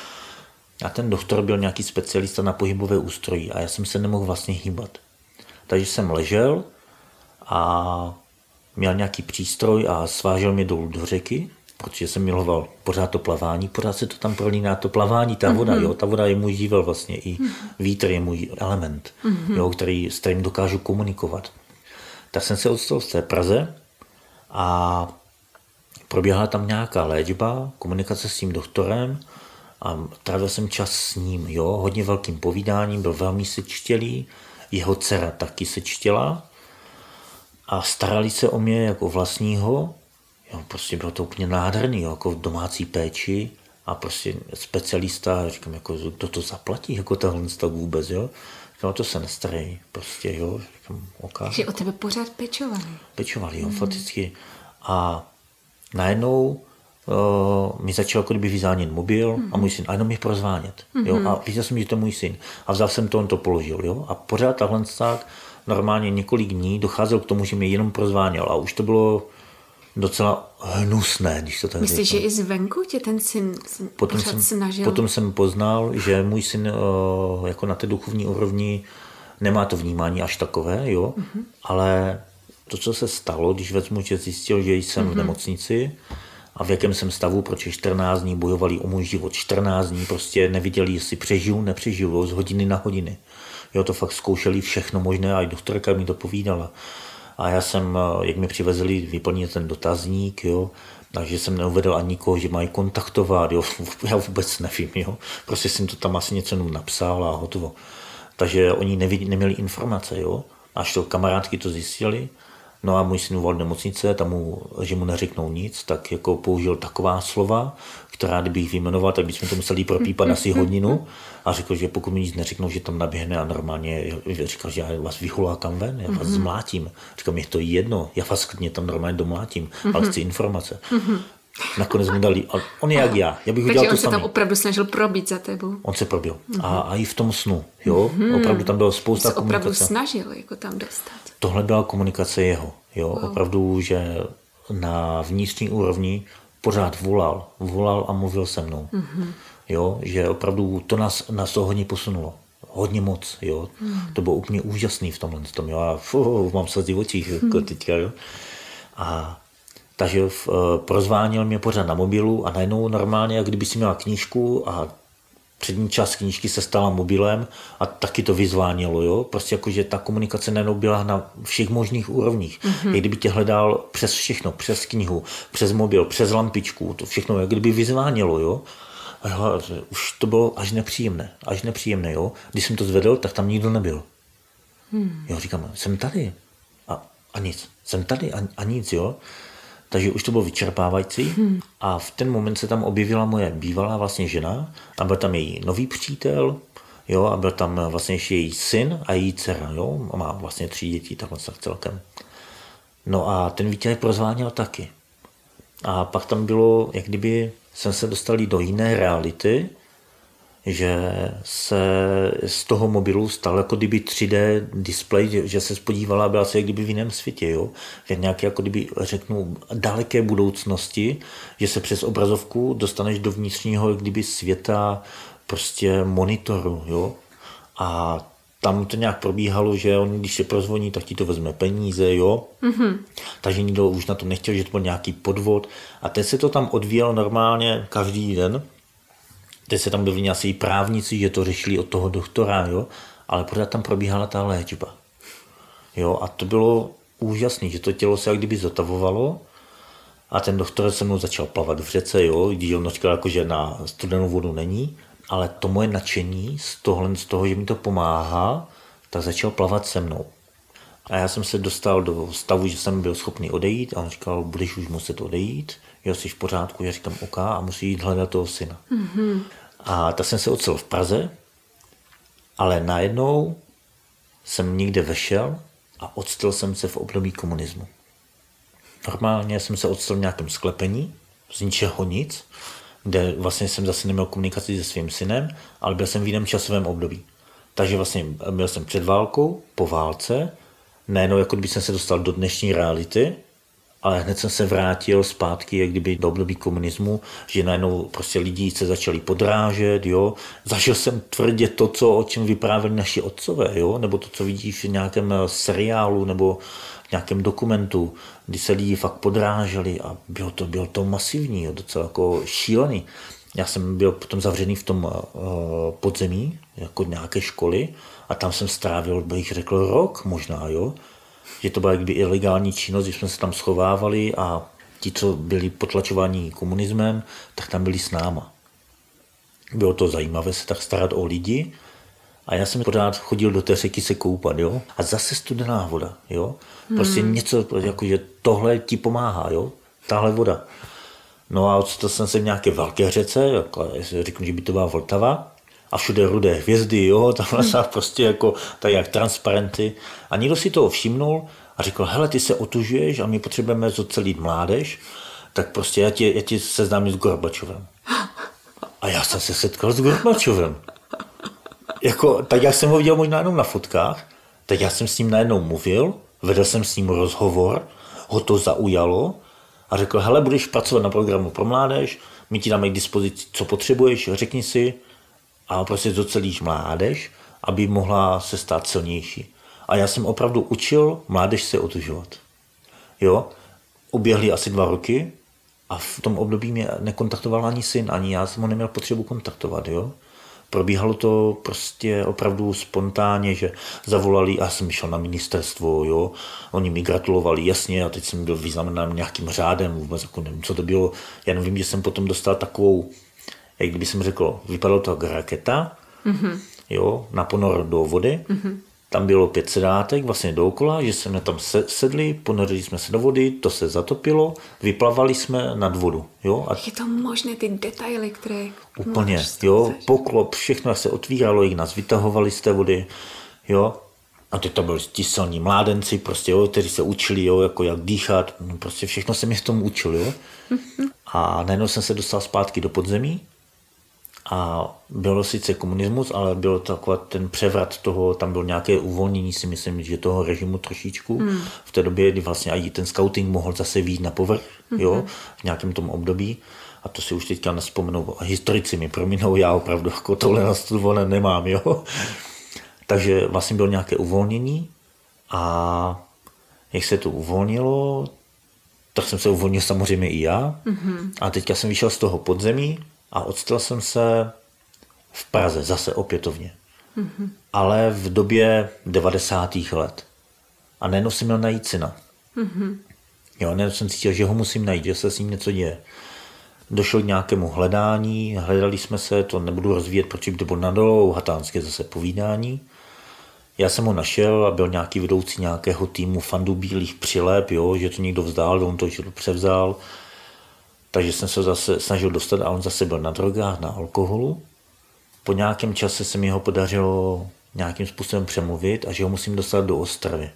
A ten doktor byl nějaký specialista na pohybové ústrojí a já jsem se nemohl vlastně hýbat. Takže jsem ležel a měl nějaký přístroj a svážel mě dolů do řeky, protože jsem miloval pořád to plavání, pořád se to tam prolíná, to plavání, ta voda, mm-hmm. jo, ta voda je můj živel vlastně, i mm-hmm. vítr je můj element, mm-hmm. jo, který, s kterým dokážu komunikovat. Tak jsem se odstal v té Praze a proběhla tam nějaká léčba, komunikace s tím doktorem a trávil jsem čas s ním, jo, hodně velkým povídáním, byl velmi sečtělý, jeho dcera taky sečtěla a starali se o mě jako vlastního. Jo, prostě bylo to úplně nádherný, jo, jako v domácí péči a prostě specialista, říkám, jako, kdo to zaplatí, jako tahle tak vůbec, jo. Říkám, to se nestarej, prostě, jo. Říkám, okay. Že o tebe pořád pečovali. Pečovali, jo, mm. fakticky. A najednou uh, mi začal jako kdyby vyzánět mobil mm. a můj syn, a jenom mi prozvánět, mm-hmm. jo. A viděl jsem, že to je můj syn. A vzal jsem to, on to položil, jo. A pořád tahle tak normálně několik dní docházel k tomu, že mě jenom prozváněl a už to bylo docela hnusné, když to tak řeknu. Myslíš, že i zvenku tě ten syn potom jsem, snažil? Potom jsem poznal, že můj syn jako na té duchovní úrovni nemá to vnímání až takové, jo, mm-hmm. ale to, co se stalo, když vezmu, že zjistil, že jsem mm-hmm. v nemocnici a v jakém jsem stavu, protože čtrnáct dní bojovali o můj život, čtrnáct dní prostě neviděli, jestli přežiju, nepřežiju, z hodiny na hodiny. Jo, to fakt zkoušeli všechno možné a i doktorka mi to povídala. A já jsem, jak mi přivezli vyplnit ten dotazník, jo, takže jsem neuvedl ani nikoho, že mají kontaktovat, jo, já vůbec nevím, jo. Prostě jsem to tam asi něco napsal a hotovo. Takže oni nevidí, neměli informace, jo. Až to kamarádky to zjistili, no a můj syn volal do nemocnice, tam mu, že mu neřeknou nic, tak jako použil taková slova, která kdybych vyjmenoval, tak bychom to museli propípat asi hodinu a řekl, že pokud mi nic neřeknou, že tam naběhne a normálně říkal, že já vás vyhulákám ven, já vás mm-hmm. zmlátím. Říkal, mě to jedno, já vás klidně tam normálně domlátím, mm-hmm. ale chci informace. Mm-hmm. Nakonec mu dali, ale on je jak já. já bych Takže on to se samý. tam opravdu snažil probít za tebou. On se probil. Mm-hmm. A, a i v tom snu, jo, mm-hmm. opravdu tam byla spousta se komunikace. Opravdu snažil jako tam dostat. Tohle byla komunikace jeho, jo, wow. Opravdu, že na vnitřní úrovni pořád volal, volal a mluvil se mnou. Mm-hmm. Jo, že opravdu to nás, nás to hodně posunulo. Hodně moc, jo. Mm. To bylo úplně úžasný v tomhle tom, jo. A fuh, mám slzy v očích, jako mm. teďka, jo. A takže uh, prozvánil mě pořád na mobilu a najednou normálně, jak kdyby si měla knížku a přední část knížky se stala mobilem a taky to vyzvánilo, jo. Prostě jako, že ta komunikace najednou byla na všech možných úrovních. Mm-hmm. Jak kdyby tě hledal přes všechno, přes knihu, přes mobil, přes lampičku, to všechno, jak kdyby vyzvánilo, jo. A jo, už to bylo až nepříjemné, až nepříjemné, jo. Když jsem to zvedl, tak tam nikdo nebyl. Hmm. Jo, říkám, jsem tady a, a nic, jsem tady a, a nic, jo. Takže už to bylo vyčerpávající hmm. a v ten moment se tam objevila moje bývalá vlastně žena a byl tam její nový přítel, jo, a byl tam vlastně ještě její syn a její dcera, jo, a má vlastně tři děti, takhle tak celkem. No a ten Vítě prozváněl taky. A pak tam bylo, jak kdyby jsem se dostali do jiné reality, že se z toho mobilu stal jako kdyby tři dé display, že se spodívala a byla se jak kdyby v jiném světě, jo? Že nějaké, jako kdyby řeknu, daleké budoucnosti, že se přes obrazovku dostaneš do vnitřního jak kdyby světa prostě monitoru, jo? A tam to nějak probíhalo, že on, když se prozvoní, tak ti to vezme peníze, jo. Mm-hmm. Takže nikdo už na to nechtěl, že to byl nějaký podvod. A teď se to tam odvíjelo normálně každý den. Teď se tam byli nějaký právníci, že to řešili od toho doktora, jo. Ale pořád tam probíhala ta léčba. Jo, a to bylo úžasné, že to tělo se jak kdyby zotavovalo a ten doktor se mnou začal plavat v řece, jo. Když on říkal, jako, že na studenou vodu není. Ale to moje nadšení z tohle, z toho, že mi to pomáhá, tak začal plavat se mnou. A já jsem se dostal do stavu, že jsem byl schopný odejít a on říkal, budeš už muset odejít, jo, jsi v pořádku, já říkám OK a musí jít hledat toho syna. Mm-hmm. A tak jsem se ocel v Praze, ale najednou jsem někde vešel a odstal jsem se v období komunismu. Normálně jsem se odstal v nějakém sklepení, z ničeho nic, kde vlastně jsem zase neměl komunikaci se svým synem, ale byl jsem v jiném časovém období. Takže vlastně byl jsem před válkou, po válce, nejenom jako kdyby jsem se dostal do dnešní reality, ale hned jsem se vrátil zpátky, jak kdyby do období komunismu, že najednou prostě lidi se začali podrážet, jo. Zažil jsem tvrdě to, co, o čem vyprávěli naši otcové, jo, nebo to, co vidíš v nějakém seriálu, nebo v nějakém dokumentu, kdy se lidi fakt podráželi a bylo to, bylo to masivní, jo, docela jako šílený. Já jsem byl potom zavřený v tom uh, podzemí, jako nějaké školy a tam jsem strávil, bych řekl, rok možná, jo. Že to byla jakby ilegální činnost, že jsme se tam schovávali a ti, co byli potlačováni komunismem, tak tam byli s náma. Bylo to zajímavé se tak starat o lidi a já jsem pořád chodil do té řeky se koupat, jo. A zase studená voda, jo. Prostě hmm. něco, jako že tohle ti pomáhá, jo. Tahle voda. No a ocitl jsem se v nějaké velké řece, jako, řeknu, že by to byla Vltava. A všude rudé hvězdy, jo, tam hmm. prostě jako tak jak transparenty. A někdo si toho všimnul a řekl, hele, ty se otužuješ a my potřebujeme zocelit mládež, tak prostě já tě, já tě seznámím s Gorbačovem. A já jsem se setkal s Gorbačovem. Jako, tak jak jsem ho viděl možná jenom na fotkách, tak já jsem s ním najednou mluvil, vedl jsem s ním rozhovor, ho to zaujalo a řekl, hele, budeš pracovat na programu pro mládež, my ti dáme k dispozici, co potřebuješ, řekni si, a prostě docelíš mládež, aby mohla se stát silnější. A já jsem opravdu učil mládež se otužovat. Jo? Uběhly asi dva roky a v tom období mě nekontaktoval ani syn, ani já jsem ho neměl potřebu kontaktovat. Jo? Probíhalo to prostě opravdu spontánně, že zavolali a já jsem šel na ministerstvo, jo? Oni mi gratulovali, jasně, a teď jsem byl vyznamenán nějakým řádem, vůbec jako nevím, co to bylo. Já nevím, že jsem potom dostal takovou, jak kdyby jsem řekl, vypadalo to jako raketa, mm-hmm. jo, na ponor do vody. Mm-hmm. Tam bylo pět sedátek vlastně dookola, že jsme tam sedli, ponorili jsme se do vody, to se zatopilo, vyplavali jsme nad vodu. Jo? A je to možné, ty detaily, které... Úplně, jo, poklop, všechno se otvíralo, jak nás vytahovali z té vody, jo. A teď to byli ti silní mládenci, prostě, jo, kteří se učili, jo, jako jak dýchat, no, prostě všechno se mi v tom učil, jo. Mm-hmm. A najednou jsem se dostal zpátky do podzemí A bylo sice komunismus, ale byl to takový ten převrat toho, tam byl nějaké uvolnění, si myslím, že toho režimu trošičku. Mm. V té době, kdy vlastně i ten scouting mohl zase vyjít na povrch, mm-hmm. jo, v nějakém tom období. A to si už teďka nespomenu. Historici mi prominou, já opravdu jako tohle nastudované nemám, jo. Takže vlastně bylo nějaké uvolnění a jak se to uvolnilo, tak jsem se uvolnil samozřejmě i já. Mm-hmm. A teďka jsem vyšel z toho podzemí a odstal jsem se v Praze zase opětovně. Mm-hmm. Ale v době devadesátých let. A najednou jsem měl najít syna. Mm-hmm. Jo, najednou jsem cítil, že ho musím najít, že se s ním něco děje. Došlo k nějakému hledání, hledali jsme se, to nebudu rozvíjet, protože by to bylo nadolou, hatánské zase povídání. Já jsem ho našel a byl nějaký vedoucí nějakého týmu fandů bílých přilep, jo, že to někdo vzdál, on to, že to převzal. Takže jsem se zase snažil dostat a on zase byl na drogách, na alkoholu. Po nějakém čase se mi ho podařilo nějakým způsobem přemluvit a že ho musím dostat do Ostravy.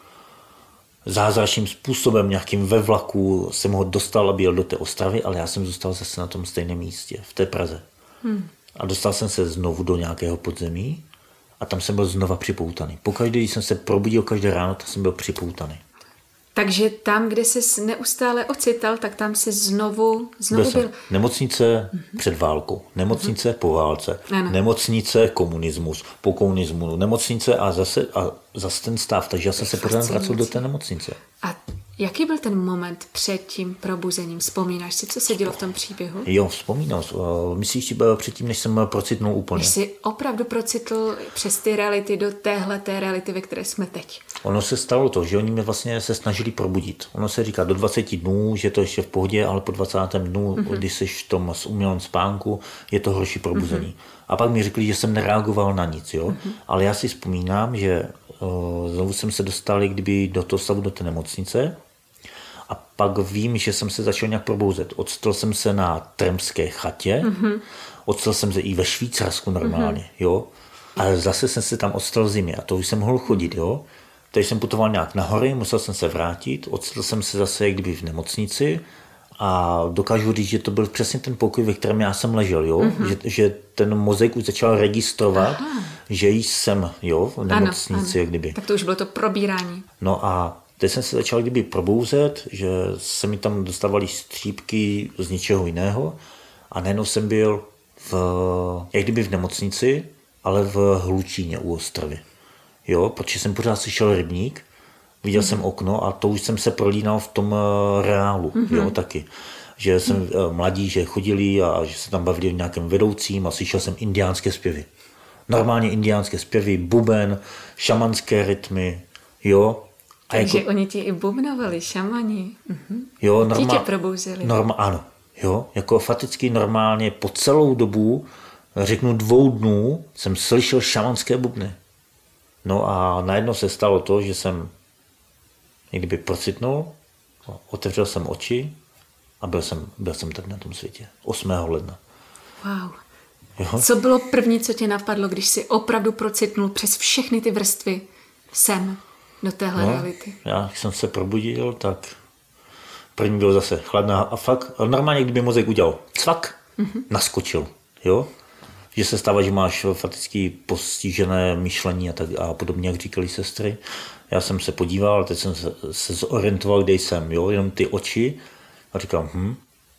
Zázračným způsobem, nějakým ve vlaku jsem ho dostal a byl do té Ostravy, ale já jsem zůstal zase na tom stejném místě, v té Praze. Hmm. A dostal jsem se znovu do nějakého podzemí a tam jsem byl znova připoutaný. Pokaždé, když jsem se probudil každé ráno, tak jsem byl připoutaný. Takže tam, kde jsi neustále ocital, tak tam jsi znovu, znovu byl. byl. Nemocnice mm-hmm. před válkou, nemocnice mm-hmm. po válce, ano. Nemocnice komunismus, po komunismu, nemocnice a zase, a zase ten stav. Takže já jsem se pořád vracel do té nemocnice. A jaký byl ten moment před tím probuzením? Vzpomínáš si, co se dělo v tom příběhu? Jo, vzpomínám. Myslíš si předtím, než jsem procitnul úplně? Než jsi opravdu procitl přes ty reality do téhle té reality, ve které jsme teď. Ono se stalo to, že oni mě vlastně se snažili probudit. Ono se říká do dvaceti dnů, že to ještě v pohodě, ale po dvacátém dnu, mm-hmm. když jsi v tom umělém spánku, je to horší probuzení. Mm-hmm. A pak mi řekli, že jsem nereagoval na nic, jo. Mm-hmm. Ale já si vzpomínám, že o, znovu jsem se dostal kdyby do toho stavu do té nemocnice a pak vím, že jsem se začal nějak probouzet. Odstal jsem se na Tremské chatě, mm-hmm. odstal jsem se i ve Švýcarsku normálně, mm-hmm. jo. Ale zase jsem se tam odstal v zimě a to už jsem mohl chodit, jo. Takže jsem putoval nějak na hory, musel jsem se vrátit, odstal jsem se zase kdyby v nemocnici a dokážu říct, že to byl přesně ten pokoj, ve kterém já jsem ležel, jo? Mm-hmm. Že, že ten mozek už začal registrovat, aha. že jsem jo, v nemocnici. Ano, ano. Kdyby. Tak to už bylo to probírání. No a teď jsem se začal kdyby probouzet, že se mi tam dostávaly střípky z něčeho jiného a najednou jsem byl v, jak kdyby v nemocnici, ale v Hlučíně u Ostravy. Jo, protože jsem pořád slyšel rybník, viděl mm-hmm. jsem okno a to už jsem se prolínal v tom reálu, mm-hmm. jo, taky. Že jsem mm-hmm. mladí, že chodili a že se tam bavili v nějakém vedoucím a slyšel jsem indiánské zpěvy. Normálně indiánské zpěvy, buben, šamanské rytmy, jo. A takže jako, oni ti i bubnovali, šamani. Mm-hmm. Jo, normál, ti tě probouzeli. Norma, ano, jo, jako fakticky normálně po celou dobu, řeknu dvou dnů, jsem slyšel šamanské bubny. No a najednou se stalo to, že jsem někdy procitnul, otevřel jsem oči a byl jsem, byl jsem tady na tom světě. osmého ledna. Wow. Jo? Co bylo první, co tě napadlo, když jsi opravdu procitnul přes všechny ty vrstvy sem do téhle no, reality? Já, když jsem se probudil, tak první bylo zase chladná a fakt, normálně kdyby mozek udělal cvak, mm-hmm. naskočil, jo? Že se stává, že máš fakticky postižené myšlení a, tak, a podobně, jak říkali sestry. Já jsem se podíval, teď jsem se, se zorientoval, kde jsem, jo, jenom ty oči a říkám, hm,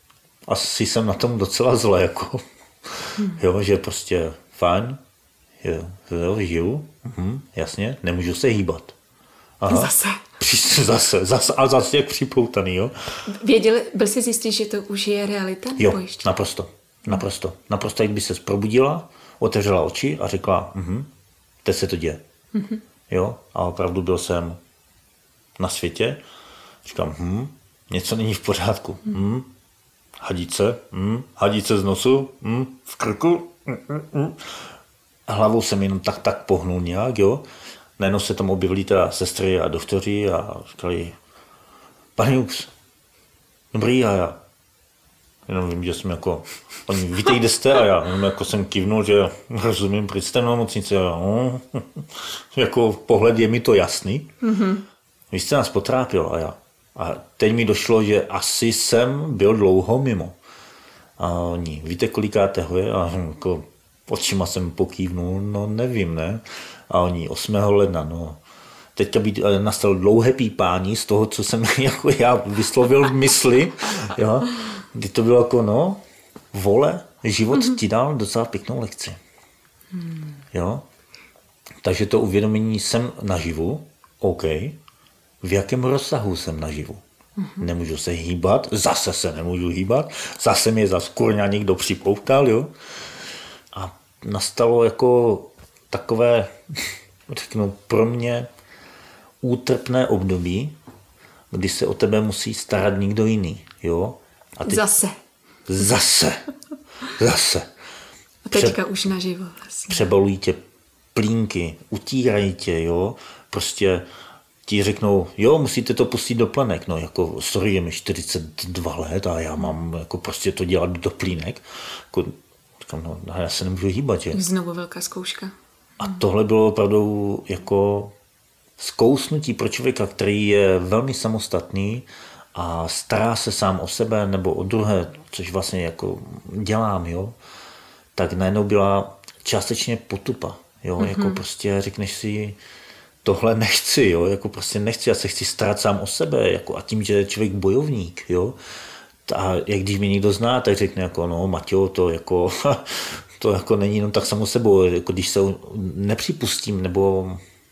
asi jsem na tom docela zle, jako, hmm. jo, že prostě fajn, jo, jo žiju, hm, jasně, nemůžu se hýbat. Aha. Zase. Zase, zase, a zase jak připoutaný, jo. Věděl, byl jsi zjistý, že to už je realita? Jo, ještě? naprosto. Naprosto. Naprosto, jak by se probudila, otevřela oči a řekla, mhm, teď se to děje. Mm-hmm. Jo, a opravdu byl jsem na světě. Říkám, hm, něco není v pořádku. Hm, hadice, hm, hadice z nosu, hm, v krku. Hm, hm, hm. A hlavou jsem jenom tak, tak pohnul nějak, jo. Najednou se tam objevili teda sestry a doktoři a říkali, pane Jux, dobrý, a já. Jenom vím, že jsem jako, oni víte, kde jste a já jenom jako jsem kývnul, že rozumím, proč jste na nemocnici a já, no, jako pohled je mi to jasný. Mm-hmm. Vy jste nás potrápil a já. A teď mi došlo, že asi jsem byl dlouho mimo. A oni, víte, kolikáteho je? A jako očima jsem pokývnul, no nevím, ne? A oni, osmého ledna, no. Teďka by nastal dlouhé pípání z toho, co jsem jako já vyslovil v mysli, jo? Kdy to bylo jako, no, vole, život mm-hmm. ti dal docela pěknou lekci. Mm. Jo? Takže to uvědomění jsem naživu, OK, v jakém rozsahu jsem naživu. Mm-hmm. Nemůžu se hýbat, zase se nemůžu hýbat, zase mě zase kurňa někdo připoutal, jo? A nastalo jako takové, řeknu, pro mě útrpné období, kdy se o tebe musí starat někdo jiný, jo? A teď, zase. Zase. Zase. A teďka Pře- už naživo vlastně. Přebalují tě plínky, utírají tě, jo? Prostě ti řeknou, jo, musíte to pustit do plenek. No jako, sorry, je mi čtyřicet dva let a já mám jako prostě to dělat do plínek. Jako, no, já se nemůžu hýbat, že? Znovu velká zkouška. A tohle bylo opravdu jako zkousnutí pro člověka, který je velmi samostatný a stará se sám o sebe nebo o druhé, což vlastně jako dělám, jo, tak najednou byla částečně potupa, jo, mm-hmm. jako prostě řekneš si, tohle nechci, jo, jako prostě nechci, já se chci starat sám o sebe, jako a tím, že je člověk bojovník, jo, a jak když mě někdo zná, tak řekne jako, no, Maťo, to jako, to jako není jenom tak samo sebou, jako když se nepřipustím, nebo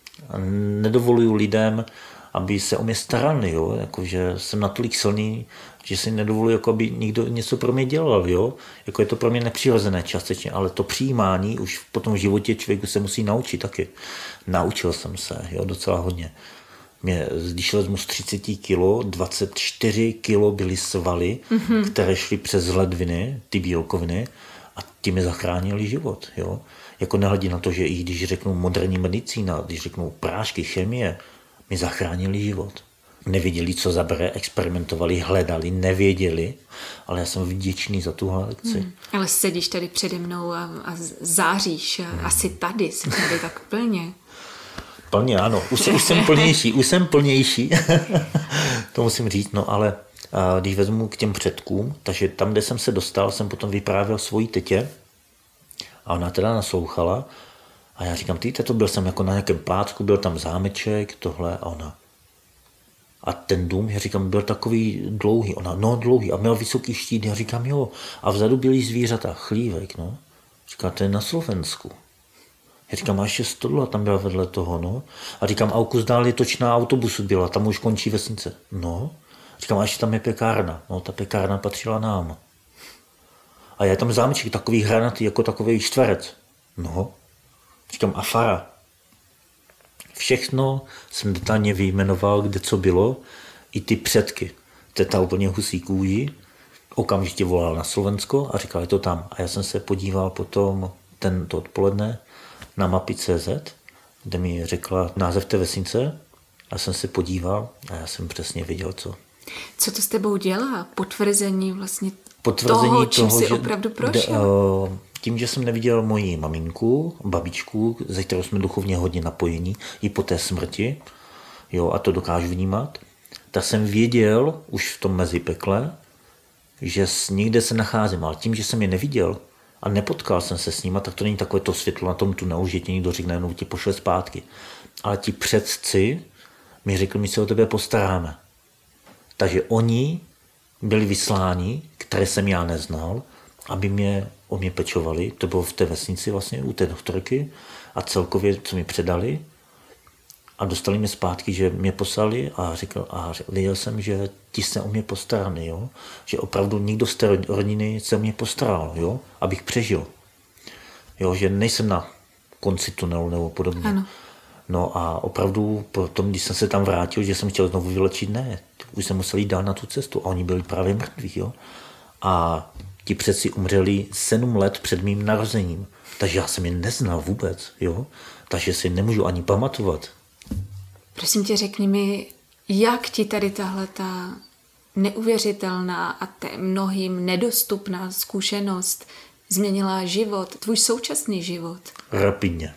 nedovoluju lidem, aby se o mě starali, jo? Jako, že jsem natolik silný, že si nedovoluji, jako, aby někdo něco pro mě dělal. Jo? Jako je to pro mě nepřirozené částečně, ale to přijímání už po tom životě člověku se musí naučit taky. Naučil jsem se, jo? Docela hodně. Mě, když vezmu z třicet kilo, dvacet čtyři kilo byly svaly, mm-hmm. které šly přes ledviny, ty bílkoviny, a ti mi zachránili život. Jo? Jako nehledí na to, že i když řeknu moderní medicína, když řeknu prášky, chemie, mi zachránili život. Nevěděli, co zabere, experimentovali, hledali, nevěděli, ale já jsem vděčný za tuhle lekci. Hmm. Ale sedíš tady přede mnou a, a záříš, a hmm. asi tady, jsi tady tak plně. Plně, ano, už, už jsem plnější, už jsem plnější, to musím říct, no ale a když vezmu k těm předkům, takže tam, kde jsem se dostal, jsem potom vyprávěl svojí tetě a ona teda naslouchala a já říkám, ty to byl jsem jako na nějakém plácku, byl tam zámeček, tohle a ona. A ten dům, já říkám, byl takový dlouhý, ona, no dlouhý a měl vysoký štít, já říkám, jo. A vzadu byly zvířata, chlívek, no. Říká, to je na Slovensku. Já říkám, a ještě stodla tam byla vedle toho, no. A říkám, a o kus dál je točná autobusu byla, tam už končí vesnice. No. Říkám, a ještě tam je pekárna. No, ta pekárna patřila nám. A je tam zámeček, takový hranatý, jako takový čtverec. No. Říkám, a fara. Všechno jsem detailně vyjmenoval, kde co bylo, i ty předky. Teta úplně husí kůži, okamžitě volal na Slovensko a říkal, je to tam. A já jsem se podíval potom tento odpoledne na mapy tečka cé zet, kde mi řekla název té vesnice a jsem se podíval a já jsem přesně věděl, co. Co to s tebou dělá? Potvrzení vlastně Potvrzení toho, čím toho, jsi že, opravdu prošel? De, uh, tím, že jsem neviděl moji maminku, babičku, ze kterou jsme duchovně hodně napojení, i po té smrti, jo, a to dokážu vnímat, tak jsem věděl už v tom mezipekle, že někde se nacházím, ale tím, že jsem je neviděl a nepotkal jsem se s nima, tak to není takové to světlo na tom tunelu, že ti někdo řekne, no ti pošle zpátky. Ale ti předci mi řekli, my se o tebe postaráme. Takže oni byli vysláni, které jsem já neznal, aby mě o mě pečovali. To bylo v té vesnici vlastně, u té doktorky. A celkově, co mi předali. A dostali mě zpátky, že mě poslali a řekl, a věděl jsem, že ti se o mě postarali, jo? Že opravdu nikdo z té rodiny se o mě postaral, jo? Abych přežil. Jo? Že nejsem na konci tunelu nebo podobně. Ano. No a opravdu potom, když jsem se tam vrátil, že jsem chtěl znovu vylečit, ne, už jsem musel jít dál na tu cestu a oni byli právě mrtví, jo. A ti přeci umřeli sedm let před mým narozením, takže já jsem je neznal vůbec, jo, takže si nemůžu ani pamatovat. Prosím tě, řekni mi, jak ti tady tahle ta neuvěřitelná a té mnohým nedostupná zkušenost změnila život, tvůj současný život? Rapidně.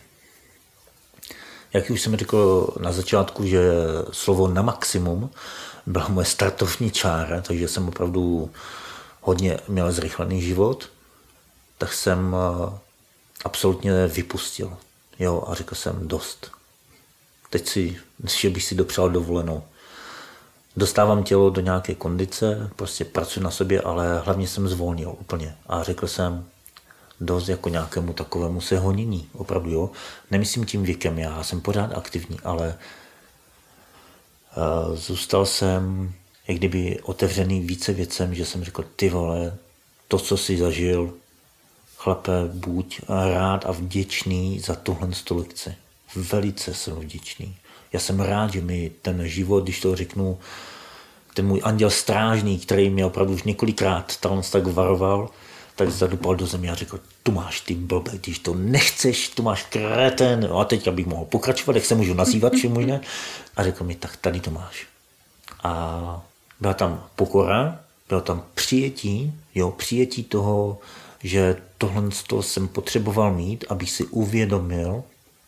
Jak už jsem řekl na začátku, že slovo na maximum byla moje startovní čára, takže jsem opravdu hodně měl zrychlený život, tak jsem absolutně vypustil. Jo, a řekl jsem dost. Teď si, že bych si dopřál dovolenou. Dostávám tělo do nějaké kondice, prostě pracuji na sobě, ale hlavně jsem zvolnil úplně. A řekl jsem dost jako nějakému takovému sehonění. Opravdu, jo. Nemyslím tím věkem, já jsem pořád aktivní, ale uh, zůstal jsem jak kdyby otevřený více věcem, že jsem řekl, ty vole, to, co jsi zažil, chlape, buď rád a vděčný za tuhle lekci. Velice jsem vděčný. Já jsem rád, že mi ten život, když to řeknu, ten můj anděl strážný, který mě opravdu už několikrát talon tak varoval, tak zadupal do země a řekl, tu máš ty blbe, když to nechceš, tu máš kreten. No a teď bych mohl pokračovat, jak se můžu nazývat, vše možné. A řekl mi, tak tady to máš. A byla tam pokora, bylo tam přijetí, jo, přijetí toho, že tohle jsem potřeboval mít, abych si uvědomil,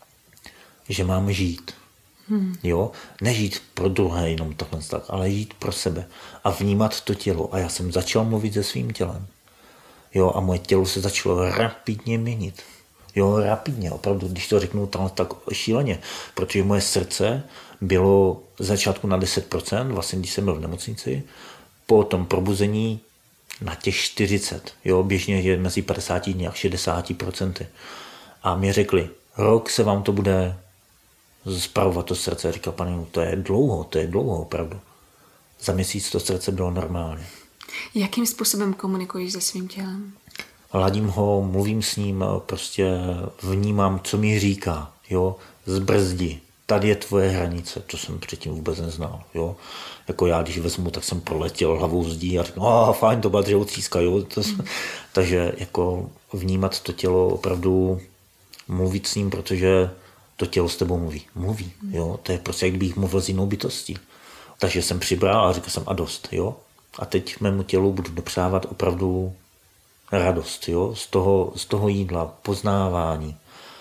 že mám žít. Hmm. Jo? Nežít pro druhé jenom tohle, ale žít pro sebe a vnímat to tělo. A já jsem začal mluvit se svým tělem. Jo? A moje tělo se začalo rapidně měnit. Jo, rapidně, opravdu, když to řeknu tam tak šíleně, protože moje srdce bylo z začátku na deset procent, vlastně když jsem byl v nemocnici, po tom probuzení na těch čtyřicet, jo, běžně je mezi padesát dní a šedesát procent. A mě řekli, rok se vám to bude spravovat to srdce. Říkal, pane, to je dlouho, to je dlouho opravdu. Za měsíc to srdce bylo normálně. Jakým způsobem komunikuješ se svým tělem? Ladím ho, mluvím s ním, prostě vnímám, co mi říká, jo, zbrzdi. Tady je tvoje hranice, to jsem předtím vůbec neznal, jo. Jako já, když vezmu, tak jsem proletěl hlavou zdí a řeknu, oh, fajn, to byla dřevotříska, jo. To, mm. Takže jako vnímat to tělo, opravdu mluvit s ním, protože to tělo s tebou mluví. Mluví, jo. To je prostě, jak kdybych mluvil s jinou bytostí. Takže jsem přibral a řekl jsem a dost, jo. A teď mému tělu budu dopřávat opravdu radost, jo. Z toho, z toho jídla, poznávání,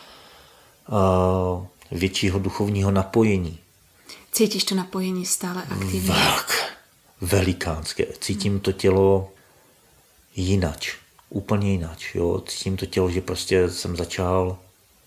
uh, většího duchovního napojení. Cítíš to napojení stále aktivně? Velk, velikánské. Cítím to tělo jinač, úplně jinač. Jo? Cítím to tělo, že prostě jsem začal,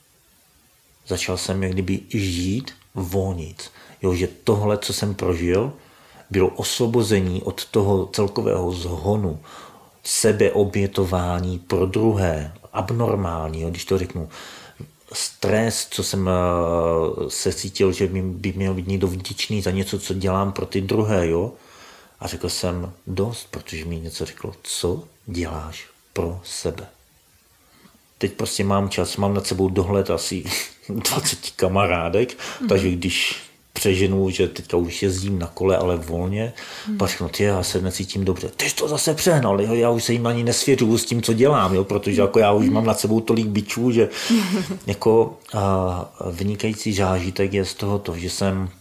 začal jsem jak kdyby žít volnic. Jo? Že tohle, co jsem prožil, bylo osvobození od toho celkového zhonu, sebeobětování pro druhé, abnormální, jo? Když to řeknu. Stres, co jsem se cítil, že by měl být někdo vděčný za něco, co dělám pro ty druhé, jo. A řekl jsem dost, protože mi něco řeklo, co děláš pro sebe. Teď prostě mám čas, mám nad sebou dohled asi dvacet kamarádek, mm. takže když přeženu, že teďka už jezdím na kole, ale volně, mm. pak řeknu, ty, já se necítím dobře. Ty jsi to zase přehnal, jo? Já už se jim ani nesvěřuju s tím, co dělám, jo? Protože jako já už mám nad sebou tolik bičů, že jako a, vynikající zážitek je z tohoto, že jsem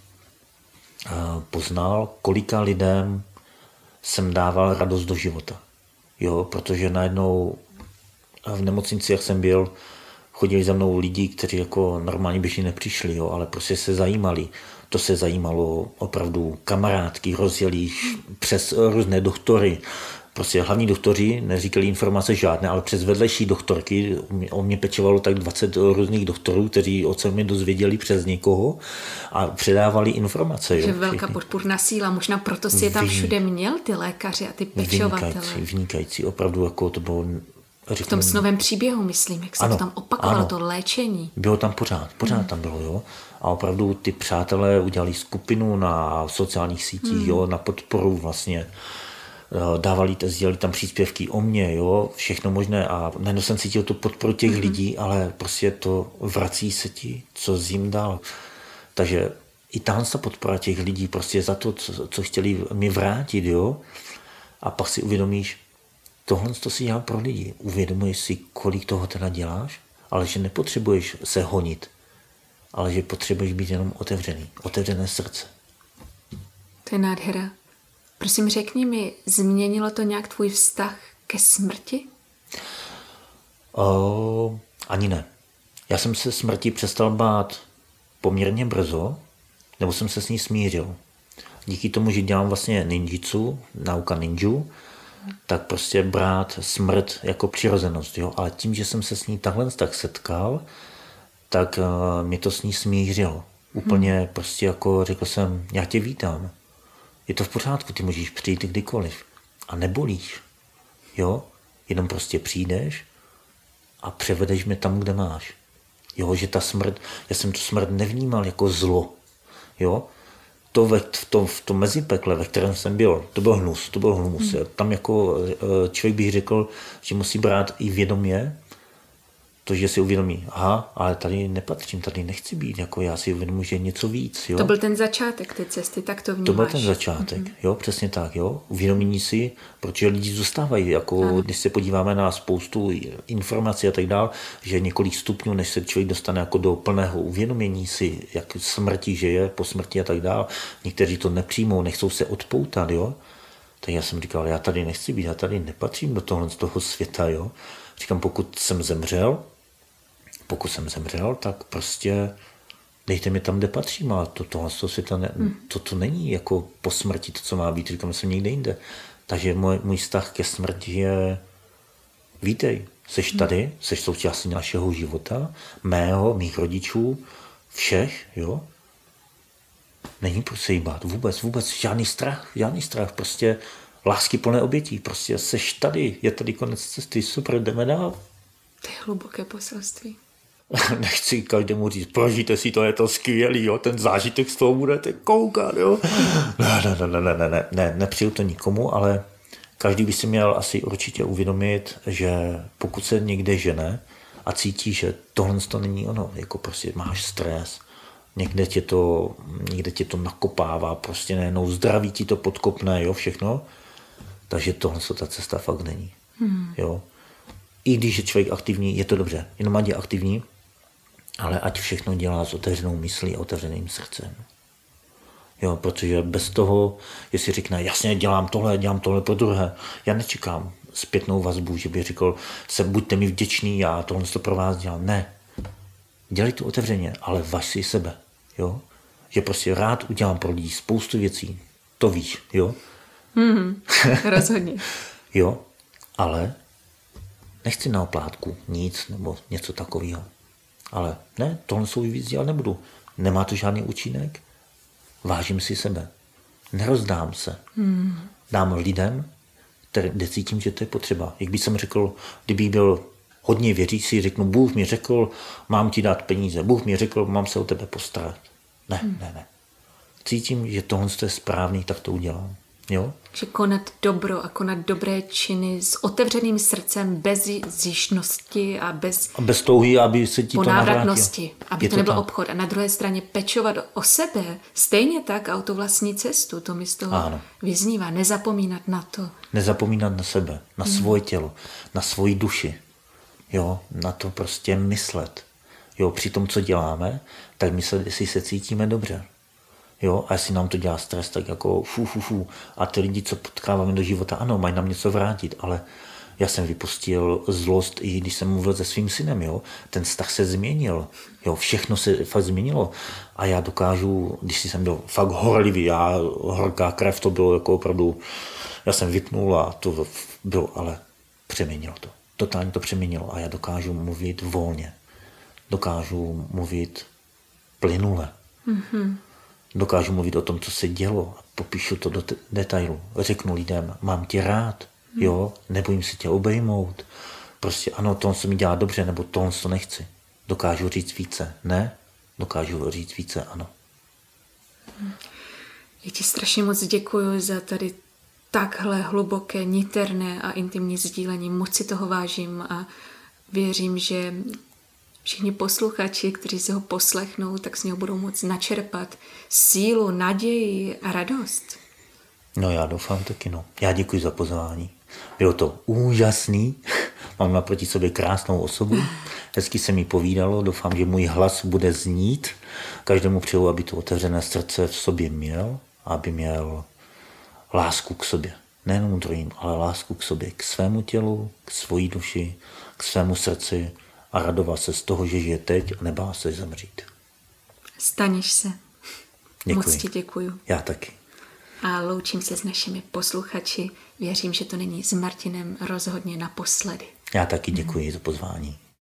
a, poznal, kolika lidem jsem dával radost do života. Jo? Protože najednou v nemocnici, jak jsem byl, chodili za mnou lidi, kteří jako normálně běžně nepřišli, jo? Ale prostě se zajímali. To se zajímalo opravdu kamarádky, rozjeli přes různé doktory. Prostě hlavní doktoři neříkali informace žádné, ale přes vedlejší doktorky, o mě pečovalo tak dvacet různých doktorů, kteří o se mě dozvěděli přes někoho a předávali informace. Že velká podpůrná síla, možná proto si je tam všude měl ty lékaři a ty pečovatele. Vynikající, vynikající, opravdu jako to bylo... Řeknu, v tom snovém příběhu, myslím, jak se ano, to tam opakovalo, ano, to léčení. Bylo tam pořád, pořád hmm. tam bylo, jo. A opravdu ty přátelé udělali skupinu na sociálních sítích, hmm. jo, na podporu vlastně. Dávali, sdělali tam příspěvky o mně, jo, všechno možné a najednou jsem cítil tu podporu těch hmm. lidí, ale prostě to vrací se ti, co jim dal. Takže i tahle podpora těch lidí prostě za to, co, co chtěli mi vrátit, jo. A pak si uvědomíš, tohle to si dělá pro lidi. Uvědomuješ si, kolik toho teda děláš, ale že nepotřebuješ se honit, ale že potřebuješ být jenom otevřený. Otevřené srdce. To je nádhera. Prosím, řekni mi, změnilo to nějak tvůj vztah ke smrti? O, ani ne. Já jsem se smrti přestal bát poměrně brzo, nebo jsem se s ní smířil. Díky tomu, že dělám vlastně ninjitsu, nauka ninju, tak prostě brát smrt jako přirozenost. Jo? Ale tím, že jsem se s ní takhle tak setkal, tak uh, mě to s ní smířilo. Úplně hmm. prostě jako řekl jsem, já tě vítám. Je to v pořádku, ty můžeš přijít kdykoliv. A nebolíš. Jo? Jenom prostě přijdeš a převedeš mě tam, kde máš. Jo, že ta smrt, já jsem tu smrt nevnímal jako zlo. Jo? To ve, v, tom, v tom mezipekle, ve kterém jsem byl, to byl hnus, to byl hnus. Hmm. Tam jako člověk bych řekl, že musí brát i vědomě, to, že si uvědomí, aha, ale tady nepatřím, tady nechci být, jako já si uvědomuji, že je něco víc. Jo? To byl ten začátek té cesty, tak to vnímáš. To byl ten začátek, mm-hmm. jo, přesně tak, jo. Uvědomění si, protože lidi zůstávají, jako ano. Když se podíváme na spoustu informací a tak dál, že několik stupňů, než se člověk dostane jako do plného uvědomění si, jak smrti, že je, po smrti a tak dál, někteří to nepřijmou, nechcou se odpoutat, jo. Tak já jsem říkal, já tady nechci být, já tady nepatřím do tohle z toho světa, jo. Říkám, pokud jsem zemřel, pokud jsem zemřel, tak prostě dejte mi tam, kde patřím, ale to, tohle to, světa ne, hmm. to, to není jako po smrti to, co má být, říkám, jsem někde jinde. Takže můj, můj vztah ke smrti je, vítej, seš tady, seš součástí našeho života, mého, mých rodičů, všech, jo. Není pro se jí bát, vůbec, vůbec, žádný strach, žádný strach, prostě lásky plné obětí, prostě seš tady, je tady konec cesty, super, jdeme dál. To je hluboké poselství. Nechci každému říct, prožijte si to, je to skvělý, jo, ten zážitek z toho budete koukat, jo. Ne, ne, ne, ne, ne, ne, ne, nepřiju to nikomu, ale každý by si měl asi určitě uvědomit, že pokud se někde žene a cítí, že tohle to není ono, jako prostě máš stres, někde tě to, někde tě to nakopává, prostě nejenom zdraví ti to podkopne, jo, všechno, takže tohle ta cesta fakt není, hmm. jo. I když je člověk aktivní, je to dobře, jenom ať je aktivní, ale ať všechno dělá s otevřenou myslí a otevřeným srdcem. Jo, protože bez toho, jestli řekne, jasně, dělám tohle, dělám tohle pro druhé, já nečekám zpětnou vazbu, že by řekl, se, buďte mi vděční, já tohle to pro vás dělám. Ne. Dělej to otevřeně, ale važ si sebe. Jo? Že prostě rád udělám pro lidi spoustu věcí. To víš, jo? Mm, rozhodně. Jo, ale nechci na oplátku nic nebo něco takového. Ale ne, tohle jsou víc dělat nebudu. Nemá to žádný účinek. Vážím si sebe. Nerozdám se. Hmm. Dám lidem, kde cítím, že to je potřeba. Jak bych jsem řekl, kdyby byl hodně věřící, řeknu, Bůh mi řekl, mám ti dát peníze. Bůh mi řekl, mám se o tebe postarat. Ne, hmm. ne, ne. Cítím, že tohle je správný, tak to udělám. Jo? Že konat dobro a konat dobré činy s otevřeným srdcem, bez zjištnosti a bez, a bez touhy, aby se ti to ponávratnosti, aby je to nebyl tam. obchod. A na druhé straně pečovat o sebe, stejně tak a o tu vlastní cestu, to mi z toho ano. vyznívá. Nezapomínat na to. Nezapomínat na sebe, na hmm. svoje tělo, na svoji duši. Jo, na to prostě myslet. Jo, při tom, co děláme, tak myslet, jestli se cítíme dobře. Jo, a jestli nám to dělá stres, tak jako fu, fu, fu. A ty lidi, co potkáváme do života, ano, mají nám něco vrátit, ale já jsem vypustil zlost, i když jsem mluvil se svým synem, jo. Ten vztah se změnil, jo, všechno se fakt změnilo. A já dokážu, když jsem byl fakt horlivý, já, horká krev, to bylo jako opravdu, já jsem vypnul a to bylo, ale přeměnilo to. Totálně to přeměnilo a já dokážu mluvit volně. Dokážu mluvit plynule. Mm-hmm. Dokážu mluvit o tom, co se dělo. Popíšu to do detailu. Řeknu lidem, mám tě rád, jo, nebojím se tě obejmout. Prostě ano, tohle se mi dělá dobře, nebo tohle to nechci. Dokážu říct více, ne? Dokážu říct více, ano. Já ti strašně moc děkuju za tady takhle hluboké, niterné a intimní sdílení. Moc si toho vážím a věřím, že všichni posluchači, kteří si ho poslechnou, tak z něho budou moct načerpat sílu, naději a radost. No já doufám taky, no. Já děkuji za pozvání. Bylo to úžasný. Mám naproti sobě krásnou osobu. Hezky se mi povídalo. Doufám, že můj hlas bude znít. Každému přeju, aby to otevřené srdce v sobě měl, aby měl lásku k sobě. Nejenom druhým, ale lásku k sobě, k svému tělu, k svojí duši, k svému srdci a radovat se z toho, že žije teď a nebá se zemřít. Staneš se. Děkuji. Moc ti děkuju. Já taky. A loučím se s našimi posluchači. Věřím, že to není s Martinem rozhodně naposledy. Já taky děkuji mm. za pozvání.